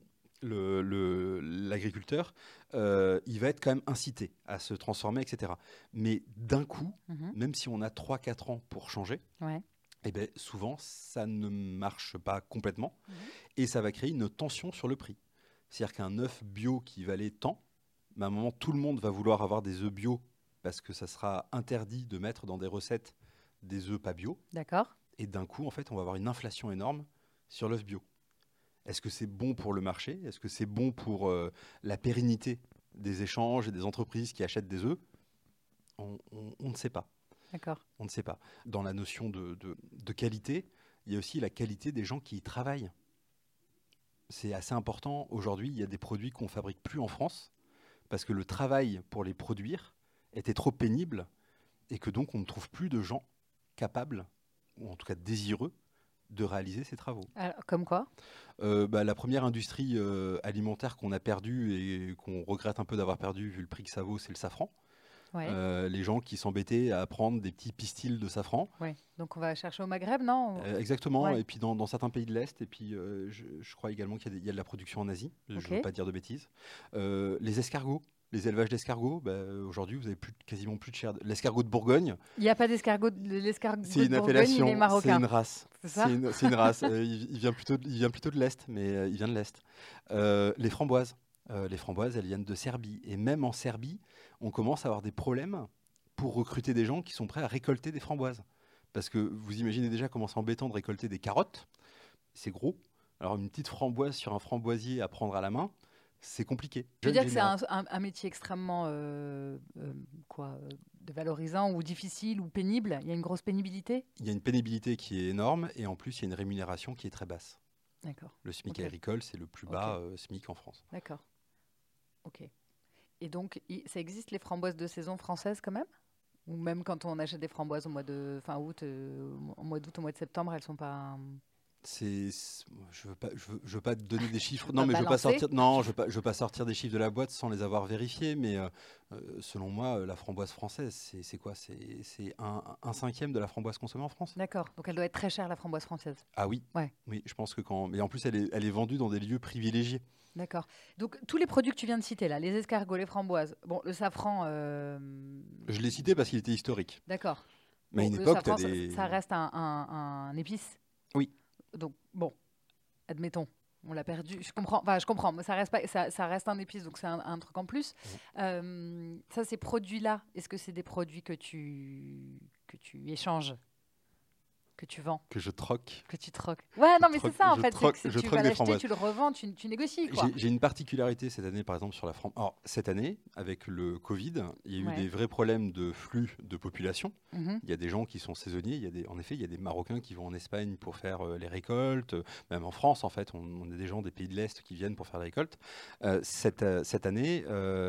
l'agriculteur, il va être quand même incité à se transformer, etc. Mais d'un coup, Mhm. même si on a 3-4 ans pour changer, Ouais. eh ben, souvent, ça ne marche pas complètement Mhm. et ça va créer une tension sur le prix. C'est-à-dire qu'un œuf bio qui valait tant, à un moment, tout le monde va vouloir avoir des œufs bio parce que ça sera interdit de mettre dans des recettes des œufs pas bio. D'accord. Et d'un coup, en fait, on va avoir une inflation énorme sur l'œuf bio. Est-ce que c'est bon pour le marché? Est-ce que c'est bon pour la pérennité des échanges et des entreprises qui achètent des œufs? On ne sait pas. D'accord. On ne sait pas. Dans la notion de qualité, il y a aussi la qualité des gens qui y travaillent. C'est assez important. Aujourd'hui, il y a des produits qu'on ne fabrique plus en France parce que le travail pour les produire était trop pénible et que donc on ne trouve plus de gens capables, ou en tout cas désireux, de réaliser ces travaux. Alors, comme quoi? La première industrie alimentaire qu'on a perdue et qu'on regrette un peu d'avoir perdue vu le prix que ça vaut, c'est le safran. Ouais. Les gens qui s'embêtaient à prendre des petits pistils de safran. Ouais. Donc on va chercher au Maghreb, non? Exactement, Ouais. et puis dans certains pays de l'Est, et puis je crois également qu'il y a de la production en Asie, je ne Ok. veux pas dire de bêtises. Les escargots, les élevages d'escargots, aujourd'hui vous avez quasiment plus de chair. L'escargot de Bourgogne, Il n'y a pas d'escargot. L'escargot c'est de une Bourgogne, il appellation, est c'est marocain. une race. C'est ça? C'est une race. Il vient plutôt de l'Est, mais il vient de l'Est. Les framboises. Les framboises, elles viennent de Serbie. Et même en Serbie, on commence à avoir des problèmes pour recruter des gens qui sont prêts à récolter des framboises. Parce que vous imaginez déjà comment c'est embêtant de récolter des carottes. C'est gros. Alors une petite framboise sur un framboisier à prendre à la main, c'est compliqué. Je veux dire que c'est un métier extrêmement dévalorisant ou difficile ou pénible. Il y a une grosse pénibilité. Il y a une pénibilité qui est énorme et en plus, il y a une rémunération qui est très basse. D'accord. Le SMIC Ok. agricole, c'est le plus bas SMIC en France. D'accord. Ok. Et donc, ça existe les framboises de saison françaises quand même? Ou même quand on achète des framboises au mois de fin août, au mois d'août, au mois de septembre, elles sont pas. Je veux pas te donner des chiffres. Pas Non, mais je veux pas balancer. sortir. Non, je veux pas sortir des chiffres de la boîte sans les avoir vérifiés. Mais selon moi, la framboise française, c'est quoi? C'est un cinquième de la framboise consommée en France. D'accord. Donc elle doit être très chère la framboise française. Ah oui. Ouais. Oui, je pense que quand. Mais en plus, elle est vendue dans des lieux privilégiés. D'accord. Donc tous les produits que tu viens de citer là, les escargots, les framboises, bon, le safran. Je l'ai cité parce qu'il était historique. D'accord. Mais à Bon, une le époque, safran, t'as des. ça reste un épice. Oui. Donc bon, admettons, on l'a perdu. Je comprends. Enfin, je comprends. Mais ça reste pas, ça reste un épice, donc c'est un truc en plus. Ça, ces produits-là, est-ce que c'est des produits que tu échanges, que tu vends, Que je troque. que tu troques? Ouais, non, mais c'est troque- ça en je fait. troque- C'est que je tu troque vas des l'acheter, framboises. tu le revends, tu négocies quoi. J'ai une particularité cette année, par exemple, sur la France. Alors, cette année, avec le Covid, il y a eu Ouais. des vrais problèmes de flux de population. Mhm. Il y a des gens qui sont saisonniers. En effet, il y a des Marocains qui vont en Espagne pour faire les récoltes. Même en France, en fait, on a des gens des pays de l'Est qui viennent pour faire les récoltes. Cette année,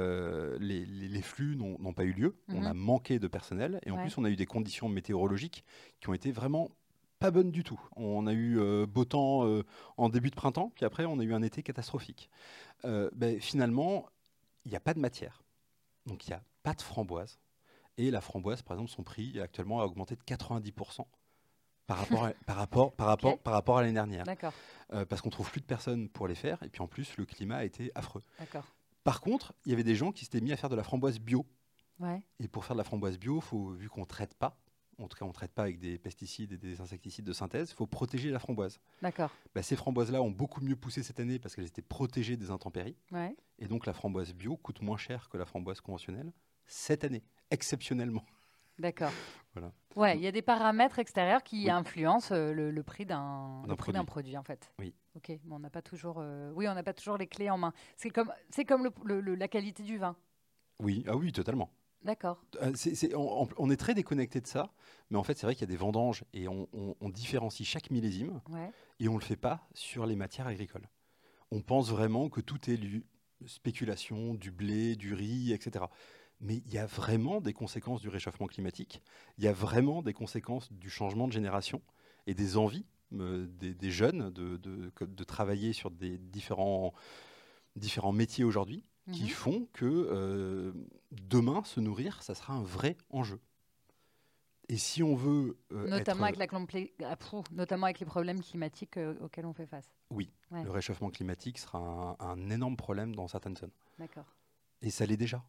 les flux n'ont pas eu lieu. On a manqué de personnel. Et en Ouais. plus, on a eu des conditions météorologiques qui ont été vraiment pas bonne du tout. On a eu beau temps en début de printemps, puis après on a eu un été catastrophique. Finalement, il n'y a pas de matière, donc il n'y a pas de framboise. Et la framboise, par exemple, son prix actuellement a augmenté de 90% par rapport à l'année dernière. D'accord. Parce qu'on trouve plus de personnes pour les faire, et puis en plus le climat a été affreux. D'accord. Par contre, il y avait des gens qui s'étaient mis à faire de la framboise bio. Ouais. Et pour faire de la framboise bio, vu qu'on ne traite pas, en tout cas on ne traite pas avec des pesticides et des insecticides de synthèse, il faut protéger la framboise. D'accord. Ces framboises-là ont beaucoup mieux poussé cette année parce qu'elles étaient protégées des intempéries. Ouais. Et donc la framboise bio coûte moins cher que la framboise conventionnelle cette année, exceptionnellement. D'accord. Voilà. Ouais, il y a des paramètres extérieurs qui Oui. influencent le prix d'un D'un produit en fait. Oui. Ok, mais on n'a pas toujours, on n'a pas toujours les clés en main. C'est comme la qualité du vin. Oui, ah oui, totalement. D'accord. On est très déconnecté de ça, mais en fait, c'est vrai qu'il y a des vendanges et on différencie chaque millésime Ouais. et on ne le fait pas sur les matières agricoles. On pense vraiment que tout est spéculation, du blé, du riz, etc. Mais il y a vraiment des conséquences du réchauffement climatique, il y a vraiment des conséquences du changement de génération et des envies des jeunes de travailler sur des différents métiers aujourd'hui qui Mhm. font que demain, se nourrir, ça sera un vrai enjeu. Et si on veut Notamment être... avec notamment avec les problèmes climatiques auxquels on fait face. Oui, Ouais. le réchauffement climatique sera un énorme problème dans certaines zones. D'accord. Et ça l'est déjà.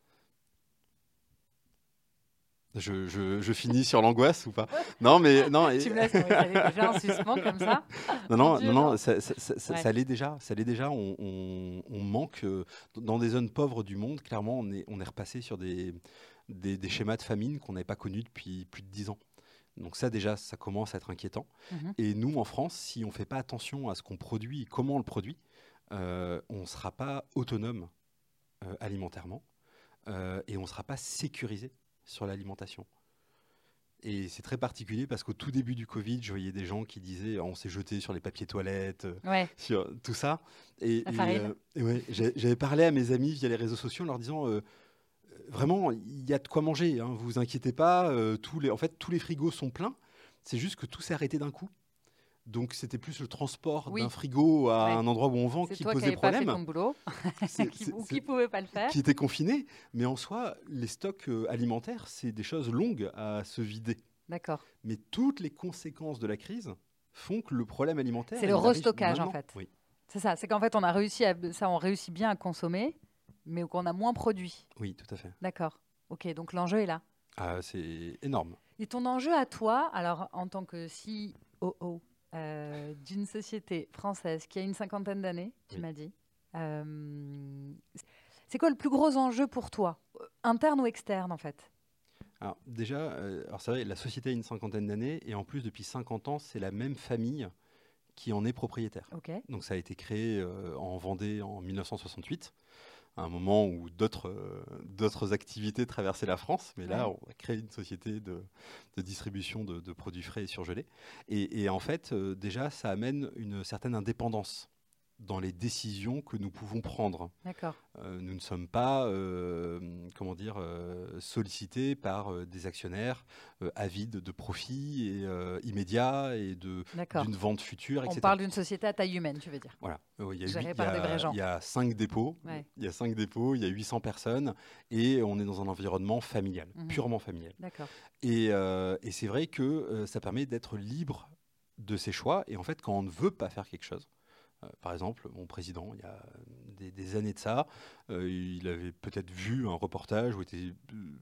Je finis sur l'angoisse ou pas? Non, mais non, Tu me laisses, non, mais ça allait déjà en suspens comme ça. non, Mon non, Dieu, non, non. non, ça Ouais. ça l'est déjà. Ça l'est déjà. On manque dans des zones pauvres du monde. Clairement, on est repassé sur des schémas de famine qu'on n'avait pas connus depuis plus de 10 ans. Donc ça déjà, ça commence à être inquiétant. Mhm. Et nous, en France, si on ne fait pas attention à ce qu'on produit et comment on le produit, on ne sera pas autonome alimentairement et on ne sera pas sécurisé sur l'alimentation. Et c'est très particulier parce qu'au tout début du Covid, je voyais des gens qui disaient on s'est jeté sur les papiers toilettes, Ouais. sur tout ça. Et, La et, farine. et ouais, j'avais parlé à mes amis via les réseaux sociaux en leur disant vraiment, il y a de quoi manger, hein, vous inquiétez pas, en fait, tous les frigos sont pleins. C'est juste que tout s'est arrêté d'un coup. Donc c'était plus le transport d'un Oui. frigo à Ouais. un endroit où on vend C'est qui toi qui posait n'avais pas fait problème, ton boulot ou qui pouvait pas le faire. qui était confiné. Mais en soi, les stocks alimentaires, c'est des choses longues à se vider. D'accord. Mais toutes les conséquences de la crise font que le problème alimentaire, C'est le il arrive restockage en maintenant. fait. Oui, C'est ça. C'est qu'en fait on a réussi on réussit bien à consommer, mais qu'on a moins produit. oui, tout à fait. D'accord. Ok. Donc l'enjeu est là. Ah, c'est énorme. Et ton enjeu à toi, alors en tant que COO d'une société française qui a une cinquantaine d'années, tu Oui. m'as dit, euh, c'est quoi le plus gros enjeu pour toi, interne ou externe en fait? Alors déjà, alors c'est vrai, la société a une cinquantaine d'années et en plus depuis 50 ans, c'est la même famille qui en est propriétaire. Ok. Donc ça a été créé en Vendée en 1968, à un moment où d'autres activités traversaient la France. Mais là, Ouais. on a créé une société de distribution de produits frais et surgelés. Et en fait, déjà, ça amène une certaine indépendance dans les décisions que nous pouvons prendre. D'accord. Nous ne sommes pas, comment dire, sollicités par des actionnaires avides de profit et immédiats et D'accord. d'une vente future, On etc. parle d'une société à taille humaine, tu veux dire, Voilà. gérée par des vrais gens. Il y a 5 dépôts, Ouais. il y a 5 dépôts, il y a 800 personnes et on est dans un environnement familial, Mhm. purement familial. D'accord. Et c'est vrai que ça permet d'être libre de ses choix. Et en fait, quand on ne veut pas faire quelque chose, par exemple, mon président, il y a des années de ça, il avait peut-être vu un reportage ou était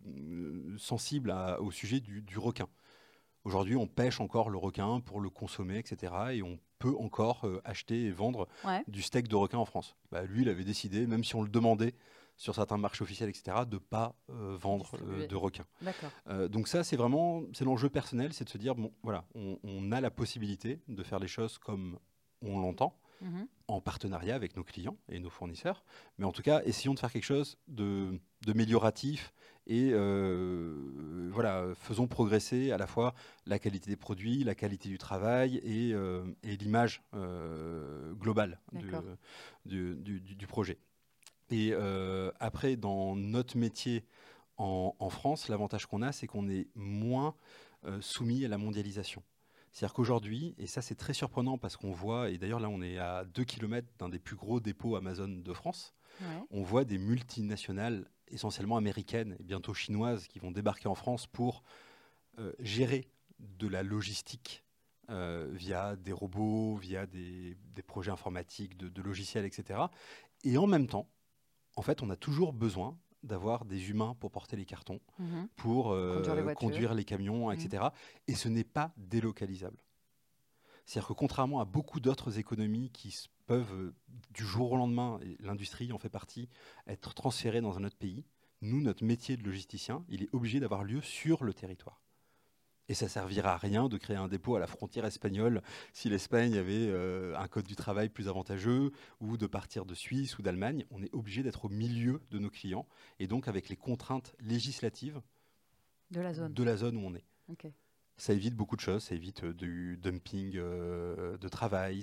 sensible au sujet du requin. Aujourd'hui, on pêche encore le requin pour le consommer, etc. Et on peut encore acheter et vendre Ouais. du steak de requin en France. Bah, lui, il avait décidé, même si on le demandait sur certains marchés officiels, etc., de ne pas vendre Distribuer. de requin. D'accord. Donc ça, c'est l'enjeu personnel, c'est de se dire, bon, voilà, on a la possibilité de faire les choses comme on l'entend, Mhm. en partenariat avec nos clients et nos fournisseurs. Mais en tout cas, essayons de faire quelque chose de mélioratif et voilà, faisons progresser à la fois la qualité des produits, la qualité du travail et l'image globale D'accord. du projet. Et après, dans notre métier en France, l'avantage qu'on a, c'est qu'on est moins soumis à la mondialisation. C'est-à-dire qu'aujourd'hui, et ça c'est très surprenant parce qu'on voit, et d'ailleurs là on est à 2 km d'un des plus gros dépôts Amazon de France, Ouais. on voit des multinationales essentiellement américaines et bientôt chinoises qui vont débarquer en France pour gérer de la logistique via des robots, via des projets informatiques, de logiciels, etc. Et en même temps, en fait, on a toujours besoin d'avoir des humains pour porter les cartons, Mhm. pour Conduire les voitures. conduire les camions, Mhm. etc. Et ce n'est pas délocalisable. C'est-à-dire que contrairement à beaucoup d'autres économies qui peuvent, du jour au lendemain, et l'industrie en fait partie, être transférée dans un autre pays, nous, notre métier de logisticien, il est obligé d'avoir lieu sur le territoire. Et ça servira à rien de créer un dépôt à la frontière espagnole si l'Espagne avait un code du travail plus avantageux, ou de partir de Suisse ou d'Allemagne. On est obligé d'être au milieu de nos clients, et donc avec les contraintes législatives De la zone. de la zone où on est. Ok. Ça évite beaucoup de choses, ça évite du dumping de travail,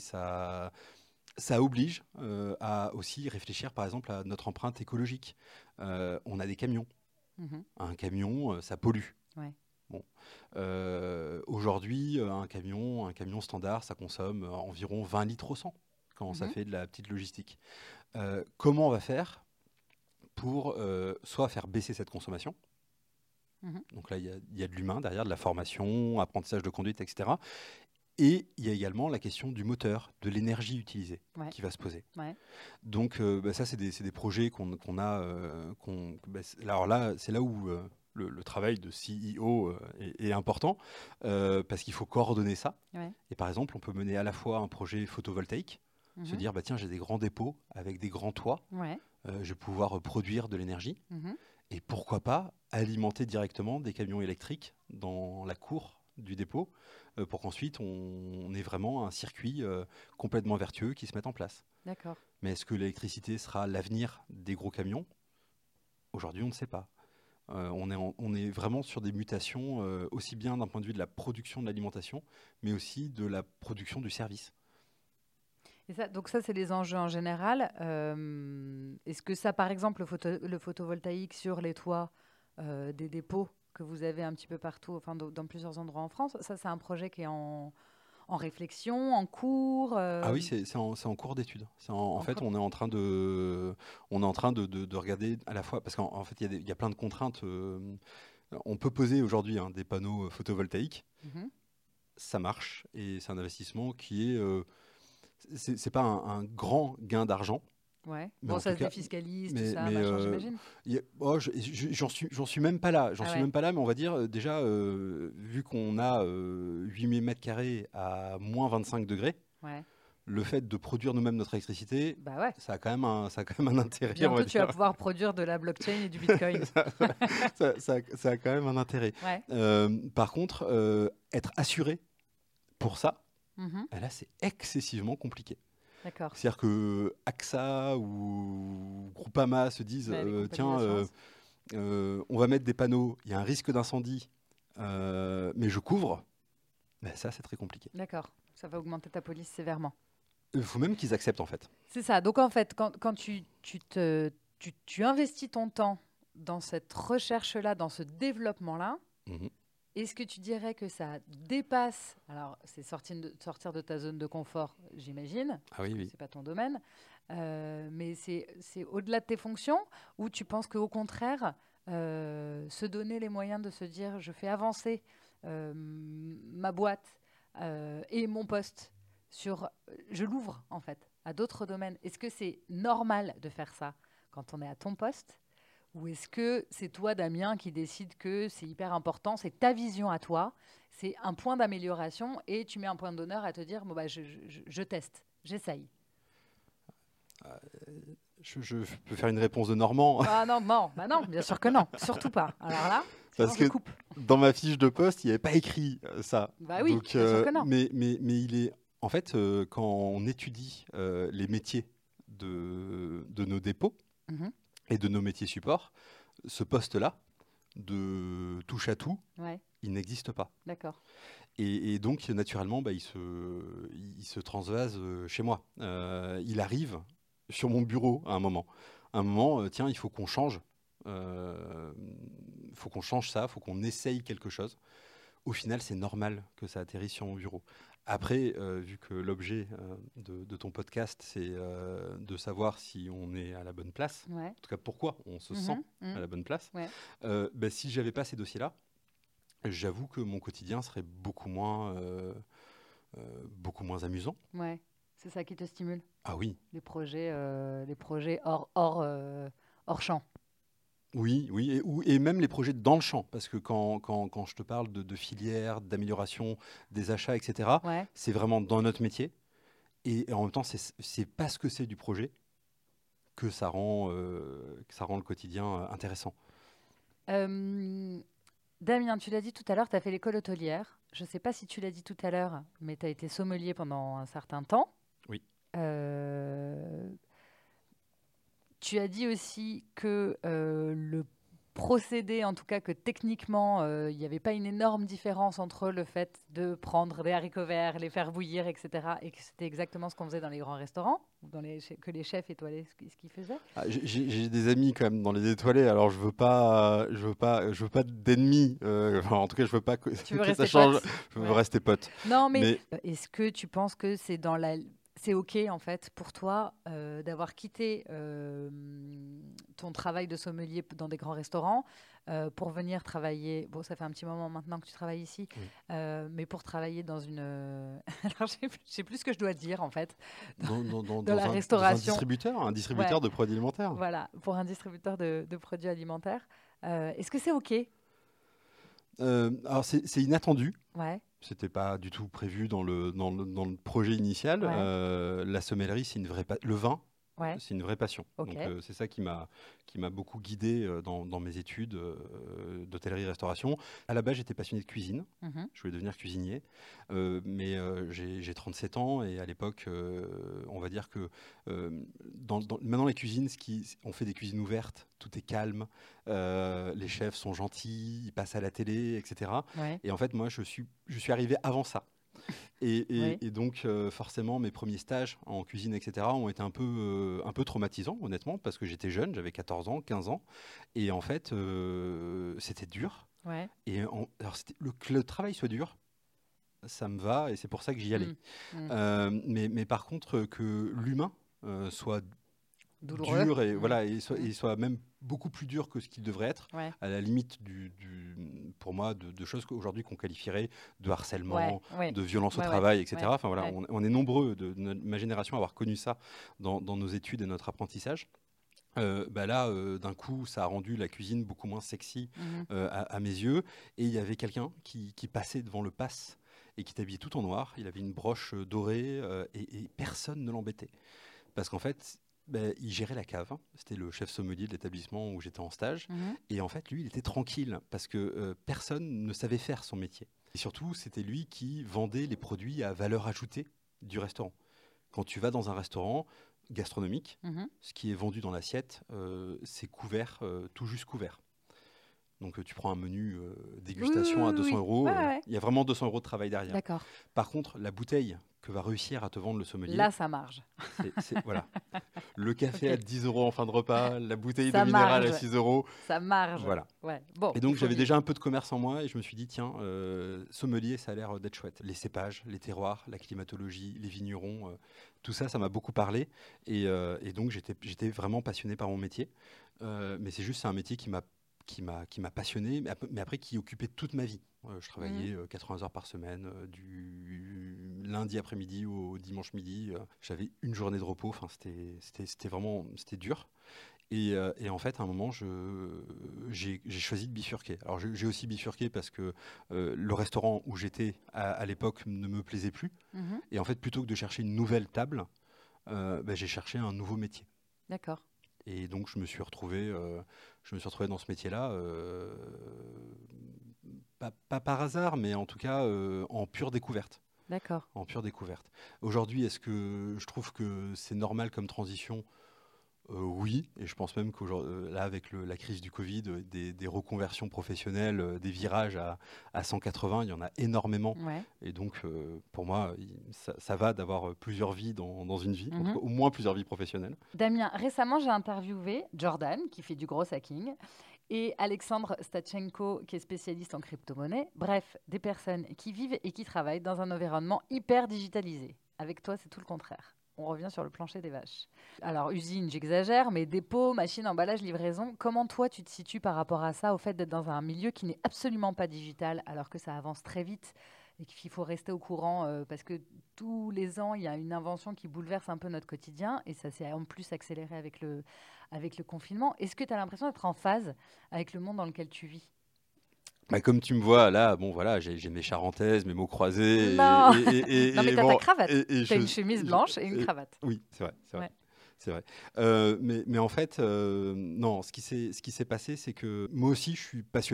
ça oblige à aussi réfléchir par exemple à notre empreinte écologique. On a des camions. Mhm. Un camion, ça pollue. Ouais. Bon. Aujourd'hui, un camion standard, ça consomme environ 20 litres au 100 quand ça Mhm. fait de la petite logistique. Comment on va faire pour soit faire baisser cette consommation? Mhm. Donc là, il y a de l'humain derrière, de la formation, apprentissage de conduite, etc. Et il y a également la question du moteur, de l'énergie utilisée Ouais. qui va se poser. Ouais. Donc ça, c'est des projets qu'on a. Alors là, c'est là où le travail de CEO est important, parce qu'il faut coordonner ça. Ouais. Et par exemple, on peut mener à la fois un projet photovoltaïque, se Mhm. dire, bah, tiens, j'ai des grands dépôts avec des grands toits, Ouais. je vais pouvoir produire de l'énergie. Mhm. Et pourquoi pas alimenter directement des camions électriques dans la cour du dépôt, pour qu'ensuite on ait vraiment un circuit complètement vertueux qui se mette en place. D'accord. Mais est-ce que l'électricité sera l'avenir des gros camions? Aujourd'hui, on ne sait pas. On est vraiment sur des mutations, aussi bien d'un point de vue de la production de l'alimentation, mais aussi de la production du service. Et ça, donc ça, c'est les enjeux en général. Est-ce que ça, par exemple, le photovoltaïque sur les toits des dépôts que vous avez un petit peu partout, enfin dans plusieurs endroits en France, ça, c'est un projet qui est en réflexion, en cours, Ah oui, c'est en cours d'étude. En en fait, cours. on est en train de regarder à la fois, parce qu'en fait, il y a plein de contraintes. On peut poser aujourd'hui des panneaux photovoltaïques, Mhm. ça marche, et c'est un investissement qui est, c'est pas un grand gain d'argent, Ouais. mais Bon, en ça tout se cas, défiscalise, tout mais, ça, mais machin, j'imagine. j'en suis même pas là. J'en Ah suis ouais. même pas là, mais on va dire déjà, vu qu'on a 8000 mètres carrés à moins 25 degrés, Ouais. le fait de produire nous-mêmes notre électricité, Bah ouais. ça a quand même un intérêt, on va Bientôt, tu vas dire. pouvoir produire de la blockchain et du bitcoin. Ça a quand même un intérêt. Ouais. Par contre, être assuré pour ça, Mhm. là, c'est excessivement compliqué. D'accord. C'est-à-dire que AXA ou Groupama se disent, Ouais, les compagnies tiens, d'assurance. on va mettre des panneaux, il y a un risque d'incendie, mais je couvre. Ben, ça, c'est très compliqué. D'accord. Ça va augmenter ta police sévèrement. Il faut même qu'ils acceptent, en fait. C'est ça. Donc en fait, quand tu investis ton temps dans cette recherche-là, dans ce développement-là, Mhm. est-ce que tu dirais que ça dépasse, alors c'est sortir de ta zone de confort, j'imagine, Ah parce oui, que oui. c'est pas ton domaine, mais c'est au-delà de tes fonctions, ou tu penses qu'au contraire, se donner les moyens de se dire je fais avancer ma boîte et mon poste sur, je l'ouvre en fait à d'autres domaines. Est-ce que c'est normal de faire ça quand on est à ton poste? Ou est-ce que c'est toi, Damien, qui décide que c'est hyper important, c'est ta vision à toi, c'est un point d'amélioration et tu mets un point d'honneur à te dire, bon, bah, je teste, j'essaye. Je peux faire une réponse de Normand. Ah non, non, bah non, bien sûr que non, surtout pas. Alors là, sinon Parce je que coupe. dans ma fiche de poste, il n'y avait pas écrit ça. Bah oui, Donc, bien sûr que non. mais il est. En fait, quand on étudie les métiers de nos dépôts Mhm. et de nos métiers supports, ce poste-là, de touche à tout, Ouais, il n'existe pas. d'accord. Et donc, naturellement, bah, il se transvase chez moi. Il arrive sur mon bureau à un moment. À un moment, tiens, il faut qu'on change ça, il faut qu'on essaye quelque chose. Au final, c'est normal que ça atterrisse sur mon bureau. Après, vu que l'objet de ton podcast, c'est de savoir si on est à la bonne place, Ouais. en tout cas pourquoi on se sent Mhm, à mhm. la bonne place, Ouais. bah, si j'avais pas ces dossiers-là, j'avoue que mon quotidien serait beaucoup moins amusant. Ouais. C'est ça qui te stimule, Ah oui, les projets hors champ. oui, oui, et même les projets dans le champ, parce que quand je te parle de filières, d'amélioration des achats, etc., Ouais. c'est vraiment dans notre métier, et en même temps, c'est parce que c'est du projet que ça rend le quotidien intéressant. Euh, Damien, tu l'as dit tout à l'heure, tu as fait l'école hôtelière. Je ne sais pas si tu l'as dit tout à l'heure, mais tu as été sommelier pendant un certain temps. Oui. Euh, Tu as dit aussi que le procédé, en tout cas que techniquement, il n'y avait pas une énorme différence entre le fait de prendre des haricots verts, les faire bouillir, etc. Et que c'était exactement ce qu'on faisait dans les grands restaurants, ou que les chefs étoilés, ce qu'ils faisaient. Ah, j'ai des amis quand même dans les étoilés, alors je veux pas d'ennemis. Enfin, en tout cas, je veux pas Tu veux que ça rester change. pote? Je veux Ouais. rester pote. Non, mais Mais est-ce que tu penses que c'est OK, en fait, pour toi, d'avoir quitté ton travail de sommelier dans des grands restaurants pour venir travailler. Bon, ça fait un petit moment maintenant que tu travailles ici, oui. mais pour travailler dans une. Alors, je sais plus ce que je dois dire, en fait, dans la Dans un restauration. un Ouais, distributeur de produits alimentaires. voilà, pour un distributeur de produits alimentaires. Est-ce que c'est OK? Alors c'est inattendu. Ouais, C'était pas du tout prévu dans le projet initial. ouais, La sommellerie, c'est une vraie le vin, ouais, c'est une vraie passion. OK. Donc c'est ça qui m'a beaucoup guidé dans mes études d'hôtellerie-restauration. À la base, j'étais passionné de cuisine. Mhm. Je voulais devenir cuisinier, mais j'ai 37 ans et à l'époque, on va dire que maintenant les cuisines, on fait des cuisines ouvertes, tout est calme, les chefs sont gentils, ils passent à la télé, etc. Ouais, Et en fait, moi, je suis arrivé avant ça. oui, Et donc, forcément, mes premiers stages en cuisine, etc., ont été un peu traumatisants, honnêtement, parce que j'étais jeune, j'avais 14 ans, 15 ans. Et en fait, c'était dur. ouais. Alors, que le travail soit dur, ça me va, et c'est pour ça que j'y allais. Mm, mm. Mais par contre, que l'humain soit Douloureux. dur et Mm, voilà mm. et soit même beaucoup plus dur que ce qu'il devrait être, Ouais. à la limite pour moi de choses qu'aujourd'hui qu'on qualifierait de Ouais, harcèlement, ouais, de violence au ouais, ouais, travail, ouais, etc. Enfin voilà, ouais. on est nombreux ma génération à avoir connu ça dans nos études et notre apprentissage. Bah là, d'un coup, ça a rendu la cuisine beaucoup moins sexy Mhm. à mes yeux. Et il y avait quelqu'un qui passait devant le pass et qui t'habillait tout en noir. Il avait une broche dorée et personne ne l'embêtait. Parce qu'en fait, ben, il gérait la cave. C'était le chef sommelier de l'établissement où j'étais en stage. Mhm. Et en fait, lui, il était tranquille parce que personne ne savait faire son métier. Et surtout, c'était lui qui vendait les produits à valeur ajoutée du restaurant. Quand tu vas dans un restaurant gastronomique, Mhm. ce qui est vendu dans l'assiette, c'est couvert, tout juste couvert. Donc tu prends un menu Oui, oui, dégustation à oui, 200 oui. euros, Ouais, ouais, ouais. il y a vraiment 200 euros de travail derrière. D'accord. Par contre, la bouteille que va réussir à te vendre le sommelier, Là, ça marche. voilà. Le café à Ok. 10 euros en fin de repas, la bouteille de Ça minéral à marge. 6 euros. Ça marge. Voilà. Ouais. Bon, Et il donc faut j'avais vivre. déjà un peu de commerce en moi et je me suis dit, tiens, sommelier, ça a l'air d'être chouette. Les cépages, les terroirs, la climatologie, les vignerons, tout ça, ça m'a beaucoup parlé. Et donc j'étais vraiment passionné par mon métier. Mais c'est un métier qui m'a passionné, mais après qui occupait toute ma vie. Je Mhm. travaillais 80 heures par semaine, du lundi après-midi au dimanche midi. J'avais une journée de repos. Enfin, c'était dur. Et en fait, à un moment, j'ai choisi de bifurquer. Alors, j'ai aussi bifurqué parce que le restaurant où j'étais à l'époque ne me plaisait plus. Mhm. Et en fait, plutôt que de chercher une nouvelle table, bah, j'ai cherché un nouveau métier. D'accord. Et donc, je me suis retrouvé dans ce métier-là, pas par hasard, mais en tout cas en pure découverte. D'accord. En pure découverte. Aujourd'hui, est-ce que je trouve que c'est normal comme transition? Oui, et je pense même qu'aujourd'hui, là, avec la crise du Covid, des reconversions professionnelles, des virages à 180, il y en a énormément. Ouais. Et donc, pour moi, ça va d'avoir plusieurs vies dans une vie, en tout Mhm. cas, au moins plusieurs vies professionnelles. Damien, récemment, j'ai interviewé Jordan, qui fait du gros hacking, et Alexandre Stachenko, qui est spécialiste en crypto-monnaie. Bref, des personnes qui vivent et qui travaillent dans un environnement hyper digitalisé. Avec toi, c'est tout le contraire. On revient sur le plancher des vaches. Alors, usine, j'exagère, mais dépôt, machine, emballage, livraison, comment toi, tu te situes par rapport à ça, au fait d'être dans un milieu qui n'est absolument pas digital, alors que ça avance très vite et qu'il faut rester au courant parce que tous les ans, il y a une invention qui bouleverse un peu notre quotidien et ça s'est en plus accéléré avec le confinement. Est-ce que tu as l'impression d'être en phase avec le monde dans lequel tu vis? Bah, comme tu me vois là, bon voilà, j'ai mes charentaises, mes mots croisés Non. Non, mais et t'as ta bon cravate. et T'as une chemise blanche et une cravate. oui, c'est vrai, c'est vrai. Ouais. C'est vrai. Mais en fait, non, ce qui s'est passé, c'est que moi aussi, je suis passionné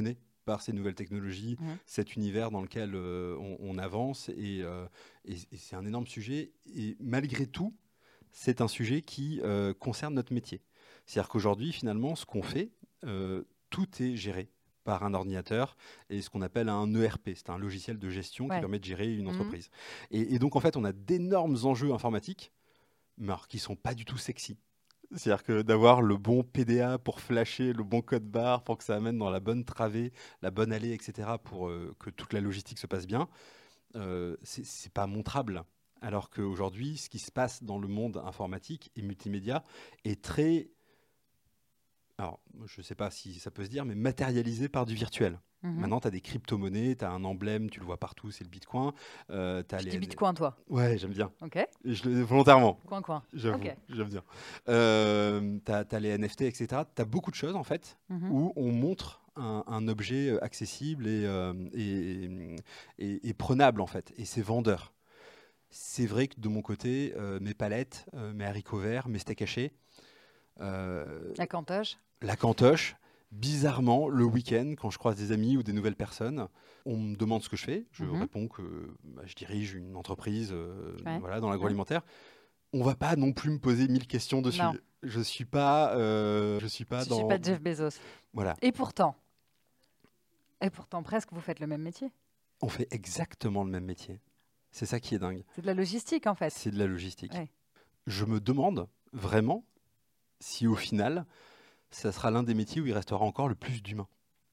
par ces nouvelles technologies, cet univers dans lequel on avance. Et c'est un énorme sujet. Et malgré tout, c'est un sujet qui concerne notre métier. C'est-à-dire qu'aujourd'hui, finalement, ce qu'on fait, tout est géré par un ordinateur et ce qu'on appelle un ERP. C'est un logiciel de gestion qui permet de gérer une entreprise. Et donc, en fait, on a d'énormes enjeux informatiques, mais alors, qui ne sont pas du tout sexy. C'est-à-dire que d'avoir le bon PDA pour flasher, le bon code barre, pour que ça amène dans la bonne travée, la bonne allée, etc., pour que toute la logistique se passe bien, c'est pas montrable. Alors qu'aujourd'hui, ce qui se passe dans le monde informatique et multimédia est très... Alors, je ne sais pas si ça peut se dire, mais matérialisé par du virtuel. Maintenant, tu as des crypto-monnaies, tu as un emblème, tu le vois partout, c'est le Bitcoin. Tu dis Bitcoin, toi? Ouais, j'aime bien. Ok. Volontairement. Coin. J'avoue, Ok. j'aime bien. Tu as les NFT, etc. Tu as beaucoup de choses, en fait, où on montre un objet accessible et prenable, en fait. Et c'est vendeur. C'est vrai que de mon côté, mes palettes, mes haricots verts, mes steaks hachés, La cantoche. la cantoche, bizarrement, le week-end, quand je croise des amis ou des nouvelles personnes, on me demande ce que je fais. Je réponds que je dirige une entreprise voilà, dans l'agroalimentaire. On ne va pas non plus me poser 1000 questions dessus. Non. Je ne suis pas, Je suis pas Jeff Bezos. Voilà. Et pourtant, presque, vous faites le même métier. On fait exactement le même métier. C'est ça qui est dingue. C'est de la logistique, en fait. C'est de la logistique. Ouais. Je me demande vraiment si au final, ça sera l'un des métiers où il restera encore le plus d'humains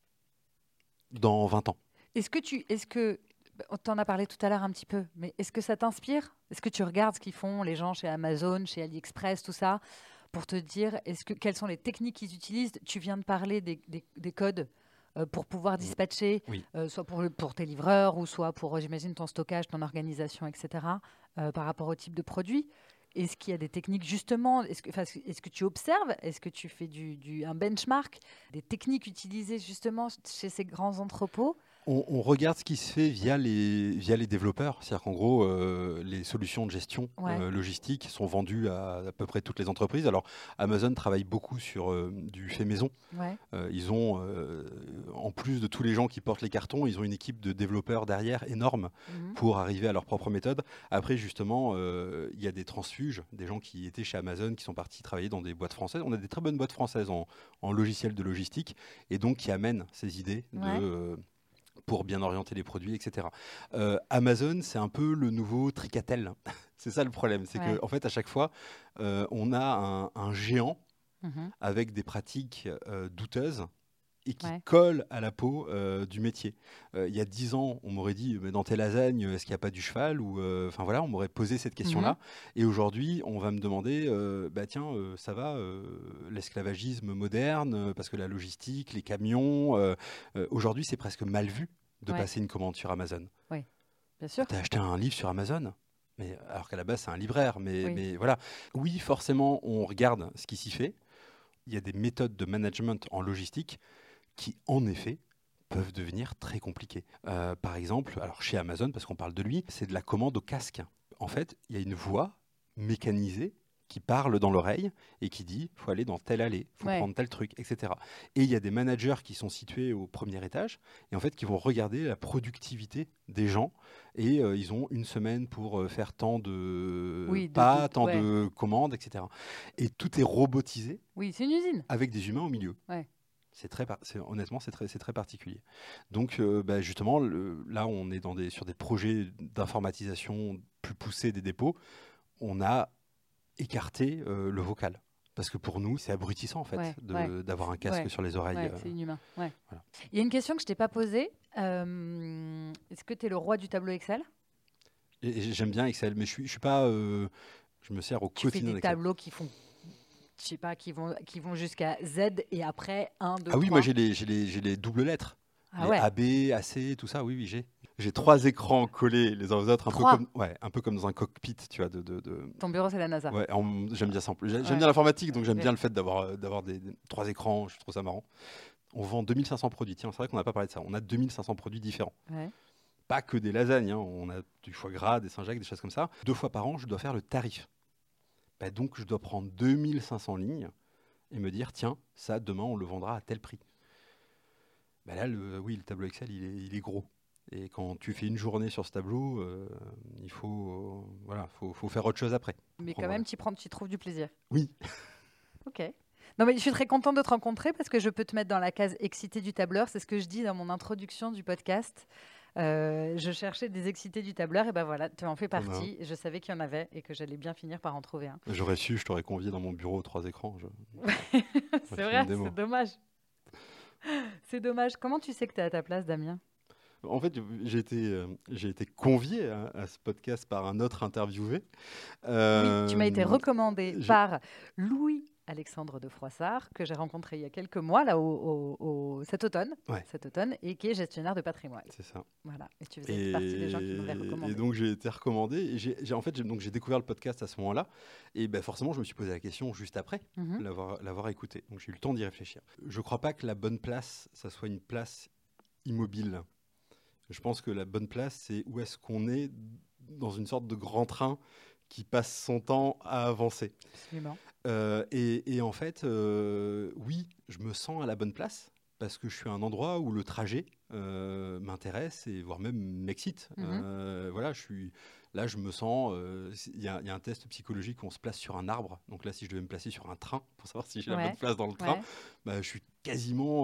dans 20 ans. Est-ce que on t'en a parlé tout à l'heure un petit peu, mais est-ce que ça t'inspire? Est-ce que tu regardes ce qu'ils font les gens chez Amazon, chez AliExpress, tout ça, pour te dire quelles sont les techniques qu'ils utilisent? Tu viens de parler des codes pour pouvoir dispatcher, soit pour tes livreurs, ou soit pour, j'imagine, ton stockage, ton organisation, etc., par rapport au type de produit. Est-ce qu'il y a des techniques, justement, est-ce que tu observes, est-ce que tu fais un benchmark, des techniques utilisées justement chez ces grands entrepôts? On regarde ce qui se fait via les développeurs. C'est-à-dire qu'en gros, les solutions de gestion logistique sont vendues à peu près toutes les entreprises. Alors, Amazon travaille beaucoup sur du fait maison. Ils ont, en plus de tous les gens qui portent les cartons, ils ont une équipe de développeurs derrière énorme pour arriver à leur propre méthode. Après, justement, il y a des transfuges, des gens qui étaient chez Amazon, qui sont partis travailler dans des boîtes françaises. On a des très bonnes boîtes françaises en logiciel de logistique, et donc qui amènent ces idées pour bien orienter les produits, etc. Amazon, c'est un peu le nouveau Tricatel. C'est ça le problème. C'est qu'en fait, à chaque fois, on a un géant avec des pratiques douteuses et qui collent à la peau du métier. Il y a 10 ans, on m'aurait dit, mais dans tes lasagnes, est-ce qu'il n'y a pas du cheval? Enfin voilà, on m'aurait posé cette question-là. Et aujourd'hui, on va me demander, ça va, l'esclavagisme moderne, parce que la logistique, les camions, aujourd'hui, c'est presque mal vu de passer une commande sur Amazon. Oui, bien sûr. Tu as acheté un livre sur Amazon, mais, alors qu'à la base, c'est un libraire. Mais voilà. Oui, forcément, on regarde ce qui s'y fait. Il y a des méthodes de management en logistique qui, en effet, peuvent devenir très compliquées. Par exemple, alors chez Amazon, parce qu'on parle de lui, c'est de la commande au casque. En fait, il y a une voix mécanisée qui parle dans l'oreille et qui dit « faut aller dans telle allée, il faut prendre tel truc, etc. » Et il y a des managers qui sont situés au premier étage et en fait qui vont regarder la productivité des gens et ils ont une semaine pour faire tant de de commandes, etc. Et tout est robotisé. Oui, c'est une usine. Avec des humains au milieu. Honnêtement, c'est très particulier. Donc, justement, là, on est sur des projets d'informatisation plus poussés des dépôts. On a écarté le vocal. Parce que pour nous, c'est abrutissant, en fait, d'avoir un casque sur les oreilles. C'est inhumain. Voilà. Il y a une question que je ne t'ai pas posée. Est-ce que tu es le roi du tableau Excel? J'aime bien Excel, mais je suis pas... je me sers au quotidien d'Excel. Tu fais des tableaux qui font... Je sais pas, qui vont jusqu'à Z et après 1, 2, 3. Ah oui, moi j'ai les doubles lettres. Les AB, AC, tout ça, oui, j'ai 3 écrans collés les uns aux autres, un peu comme dans un cockpit, tu vois. Ton bureau, c'est la NASA. Ouais, j'aime bien ça. J'aime bien l'informatique, donc j'aime bien le fait d'avoir 3 écrans, je trouve ça marrant. On vend 2500 produits, tiens, c'est vrai qu'on n'a pas parlé de ça. On a 2500 produits différents. Pas que des lasagnes, on a du foie gras, des Saint-Jacques, des choses comme ça. 2 fois par an, je dois faire le tarif. Donc, je dois prendre 2500 lignes et me dire, tiens, ça, demain, on le vendra à tel prix. Bah là, oui, le tableau Excel, il est gros. Et quand tu fais une journée sur ce tableau, il faut, voilà, faut faire autre chose après. Mais quand même, tu trouves du plaisir. Oui. Ok. Non, mais je suis très contente de te rencontrer parce que je peux te mettre dans la case excitée du tableur. C'est ce que je dis dans mon introduction du podcast. Je cherchais des excités du tableur et ben voilà, tu en fais partie. Je savais qu'il y en avait et que j'allais bien finir par en trouver un. J'aurais su, je t'aurais convié dans mon bureau aux 3 écrans. C'est vrai, c'est dommage. C'est dommage. Comment tu sais que tu es à ta place, Damien ? En fait, j'ai été convié à ce podcast par un autre interviewé. Oui, tu m'as été recommandé par Louis-Alexandre de Froissart, que j'ai rencontré il y a quelques mois, là, cet automne, et qui est gestionnaire de patrimoine. C'est ça. Voilà. Et tu faisais partie des gens qui m'avaient recommandé. Et donc, j'ai été recommandé. Et j'ai découvert le podcast à ce moment-là. Et ben, forcément, je me suis posé la question juste après l'avoir écouté. Donc, j'ai eu le temps d'y réfléchir. Je ne crois pas que la bonne place, ça soit une place immobile. Je pense que la bonne place, c'est où est-ce qu'on est dans une sorte de grand train qui passe son temps à avancer. Absolument. Et en fait, oui, je me sens à la bonne place parce que je suis à un endroit où le trajet m'intéresse et voire même m'excite. Voilà, là, je me sens. Il y a un test psychologique où on se place sur un arbre. Donc là, si je devais me placer sur un train pour savoir si j'ai la bonne place dans le train, je suis quasiment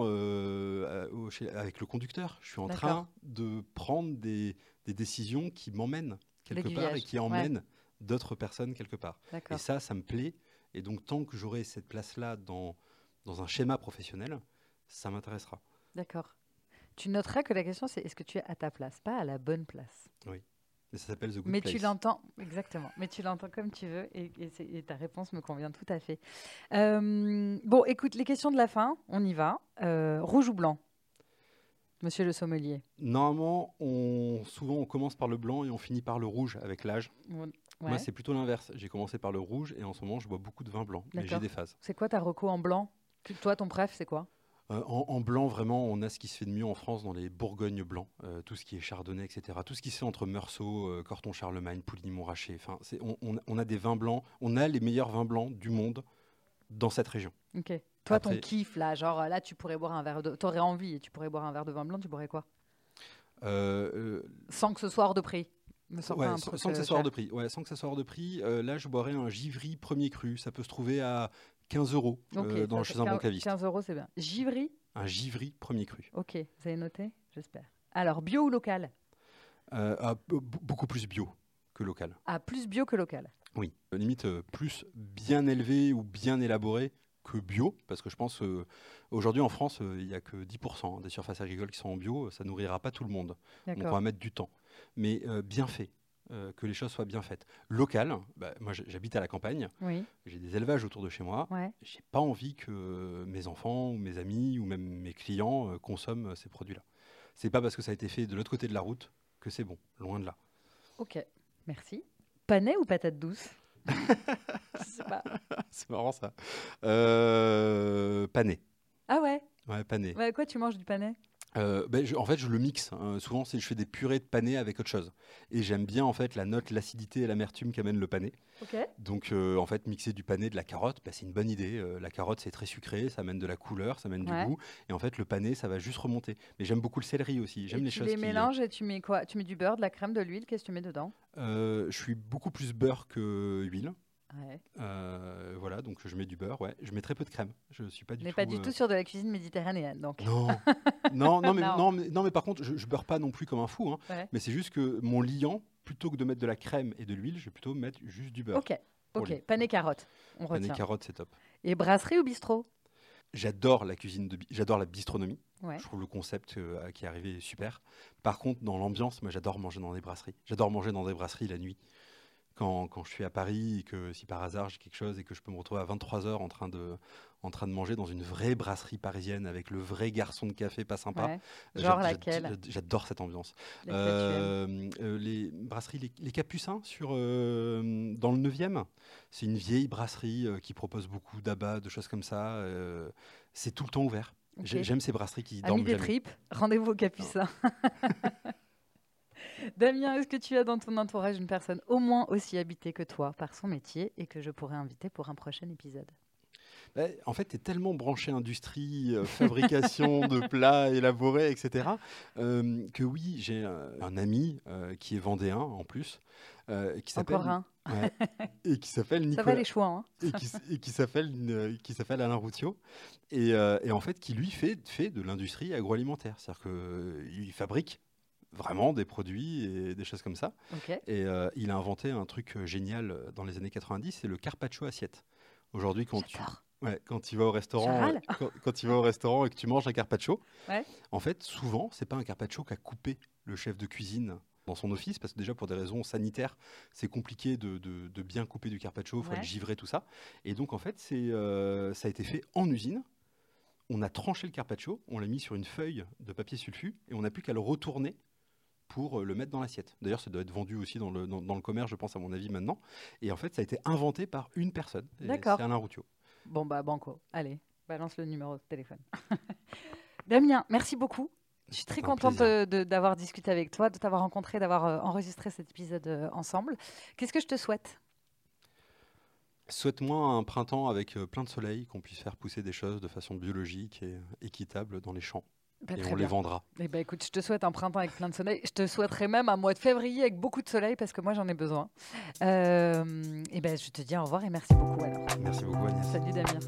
avec le conducteur. Je suis en train de prendre des décisions qui m'emmènent quelque part et qui emmènent d'autres personnes quelque part. Et ça me plaît. Et donc, tant que j'aurai cette place-là dans un schéma professionnel, ça m'intéressera. D'accord. Tu noteras que la question, c'est est-ce que tu es à ta place, pas à la bonne place. Oui. Et ça s'appelle The Good Place. Mais tu l'entends, exactement. Mais tu l'entends comme tu veux et ta réponse me convient tout à fait. Bon, écoute, les questions de la fin, on y va. Rouge ou blanc, monsieur le sommelier? Normalement, souvent, on commence par le blanc et on finit par le rouge avec l'âge. Moi, c'est plutôt l'inverse. J'ai commencé par le rouge et en ce moment, je bois beaucoup de vin blanc. Mais j'ai des phases. C'est quoi ta reco en blanc? Toi, ton préf, c'est quoi? En blanc, vraiment, on a ce qui se fait de mieux en France dans les Bourgognes blancs, tout ce qui est chardonnay, etc. Tout ce qui se fait entre Meursault, Corton-Charlemagne, Pouligny-Montrachet. Enfin, on a des vins blancs, on a les meilleurs vins blancs du monde dans cette région. Ok. Toi, ton kiff, là, genre là, tu pourrais boire un verre de... T'aurais envie et tu pourrais boire un verre de vin blanc, tu boirais quoi? Sans que ce soit hors de prix. Sans que ça soit hors de prix. Sans que ça soit hors de prix. Là, je boirais un Givry premier cru. Ça peut se trouver à 15 € chez un bon caviste. 15 € c'est bien. Givry? Un Givry premier cru. Ok, vous avez noté? J'espère. Alors, bio ou local? Beaucoup plus bio que local. Ah, plus bio que local? Oui, limite plus bien élevé ou bien élaboré que bio, parce que je pense aujourd'hui en France, il n'y a que 10% des surfaces agricoles qui sont en bio, ça nourrira pas tout le monde. Donc on va mettre du temps. Mais bien fait. Que les choses soient bien faites. Local, moi j'habite à la campagne, j'ai des élevages autour de chez moi, j'ai pas envie que mes enfants ou mes amis ou même mes clients consomment ces produits-là. C'est pas parce que ça a été fait de l'autre côté de la route que c'est bon, loin de là. Ok, merci. Panais ou patate douce? Je sais pas. C'est marrant ça. Panais. Ah ouais? Ouais, panais. Quoi, tu manges du panais? En fait, je le mixe. Souvent, je fais des purées de panais avec autre chose. Et j'aime bien en fait la note, l'acidité et l'amertume qu'amène le panais. Okay. Donc, en fait, mixer du panais, de la carotte, c'est une bonne idée. La carotte, c'est très sucré, ça amène de la couleur, ça amène du goût. Et en fait, le panais, ça va juste remonter. Mais j'aime beaucoup le céleri aussi. J'aime les choses. Tu les mélanges et tu mets quoi? Tu mets du beurre, de la crème, de l'huile. Qu'est-ce que tu mets dedans? Je suis beaucoup plus beurre que huile. Ouais. Voilà, donc je mets du beurre, je mets très peu de crème. Je suis pas du tout. Mais pas du tout sur de la cuisine méditerranéenne, donc. Non, mais par contre, je beurre pas non plus comme un fou. Hein, mais c'est juste que mon liant, plutôt que de mettre de la crème et de l'huile, je vais plutôt mettre juste du beurre. Ok. Panais carotte, on retient. Panais carotte, c'est top. Et brasserie ou bistrot? J'adore la cuisine, j'adore la bistronomie. Ouais. Je trouve le concept qui est arrivé super. Par contre, dans l'ambiance, moi, j'adore manger dans des brasseries. J'adore manger dans des brasseries la nuit. Quand je suis à Paris et que si par hasard j'ai quelque chose et que je peux me retrouver à 23h en train de manger dans une vraie brasserie parisienne avec le vrai garçon de café pas sympa. Genre laquelle? J'adore cette ambiance. Les brasseries, les Capucins dans le 9e. C'est une vieille brasserie qui propose beaucoup d'abats, de choses comme ça. C'est tout le temps ouvert. Okay. J'aime ces brasseries qui dorment jamais. Amis des tripes, rendez-vous aux Capucins. Damien, est-ce que tu as dans ton entourage une personne au moins aussi habitée que toi par son métier et que je pourrais inviter pour un prochain épisode? En fait, tu es tellement branché industrie, fabrication de plats élaborés, etc., que oui, j'ai un ami qui est vendéen en plus, qui s'appelle Encore un. ouais, et qui s'appelle Ça va Nicolas les choix, hein. et qui s'appelle Alain Routiot et en fait qui lui fait de l'industrie agroalimentaire, c'est-à-dire qu'il fabrique vraiment des produits et des choses comme ça. Ok. Et il a inventé un truc génial dans les années 90, c'est le carpaccio assiette. Aujourd'hui, J'adore. quand tu vas au restaurant, Charal. quand tu vas au restaurant et que tu manges un carpaccio, Ouais. en fait, souvent, c'est pas un carpaccio qu'a coupé le chef de cuisine dans son office, parce que déjà pour des raisons sanitaires, c'est compliqué de bien couper du carpaccio, il faudrait Ouais. le givrer, tout ça. Et donc en fait, ça a été fait en usine. On a tranché le carpaccio, on l'a mis sur une feuille de papier sulfu et on n'a plus qu'à le retourner pour le mettre dans l'assiette. D'ailleurs, ça doit être vendu aussi dans le commerce, je pense, à mon avis, maintenant. Et en fait, ça a été inventé par une personne. Et D'accord. c'est Alain Routiot. Bon, bah, banco. Allez, balance le numéro de téléphone. Damien, merci beaucoup. Je suis très C'est un contente plaisir. d'avoir discuté avec toi, de t'avoir rencontré, d'avoir enregistré cet épisode ensemble. Qu'est-ce que je te souhaite? Souhaite-moi un printemps avec plein de soleil, qu'on puisse faire pousser des choses de façon biologique et équitable dans les champs. Bah, Et très on les bien. vendra. Eh ben, écoute, je te souhaite un printemps avec plein de soleil. Je te souhaiterais même un mois de février avec beaucoup de soleil parce que moi, j'en ai besoin. Et ben, je te dis au revoir et merci beaucoup alors. Merci beaucoup, Agnès. Salut Damien.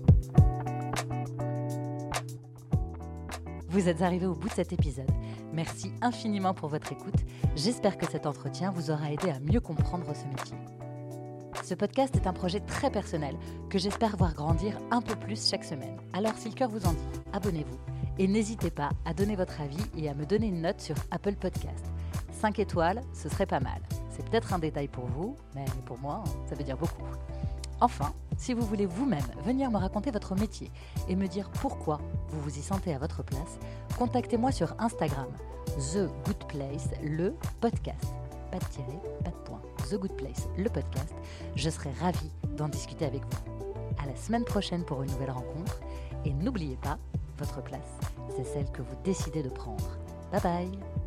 Vous êtes arrivé au bout de cet épisode. Merci infiniment pour votre écoute. J'espère que cet entretien vous aura aidé à mieux comprendre ce métier. Ce podcast est un projet très personnel que j'espère voir grandir un peu plus chaque semaine. Alors si le cœur vous en dit, abonnez-vous et n'hésitez pas à donner votre avis et à me donner une note sur Apple Podcast. 5 étoiles, ce serait pas mal. C'est peut-être un détail pour vous, mais pour moi, ça veut dire beaucoup. Enfin, si vous voulez vous-même venir me raconter votre métier et me dire pourquoi vous vous y sentez à votre place, contactez-moi sur Instagram, The Good Place, le podcast. Pas de tiret, pas de point. The Good Place, le podcast. Je serai ravie d'en discuter avec vous. À la semaine prochaine pour une nouvelle rencontre. Et n'oubliez pas, votre place, c'est celle que vous décidez de prendre. Bye bye!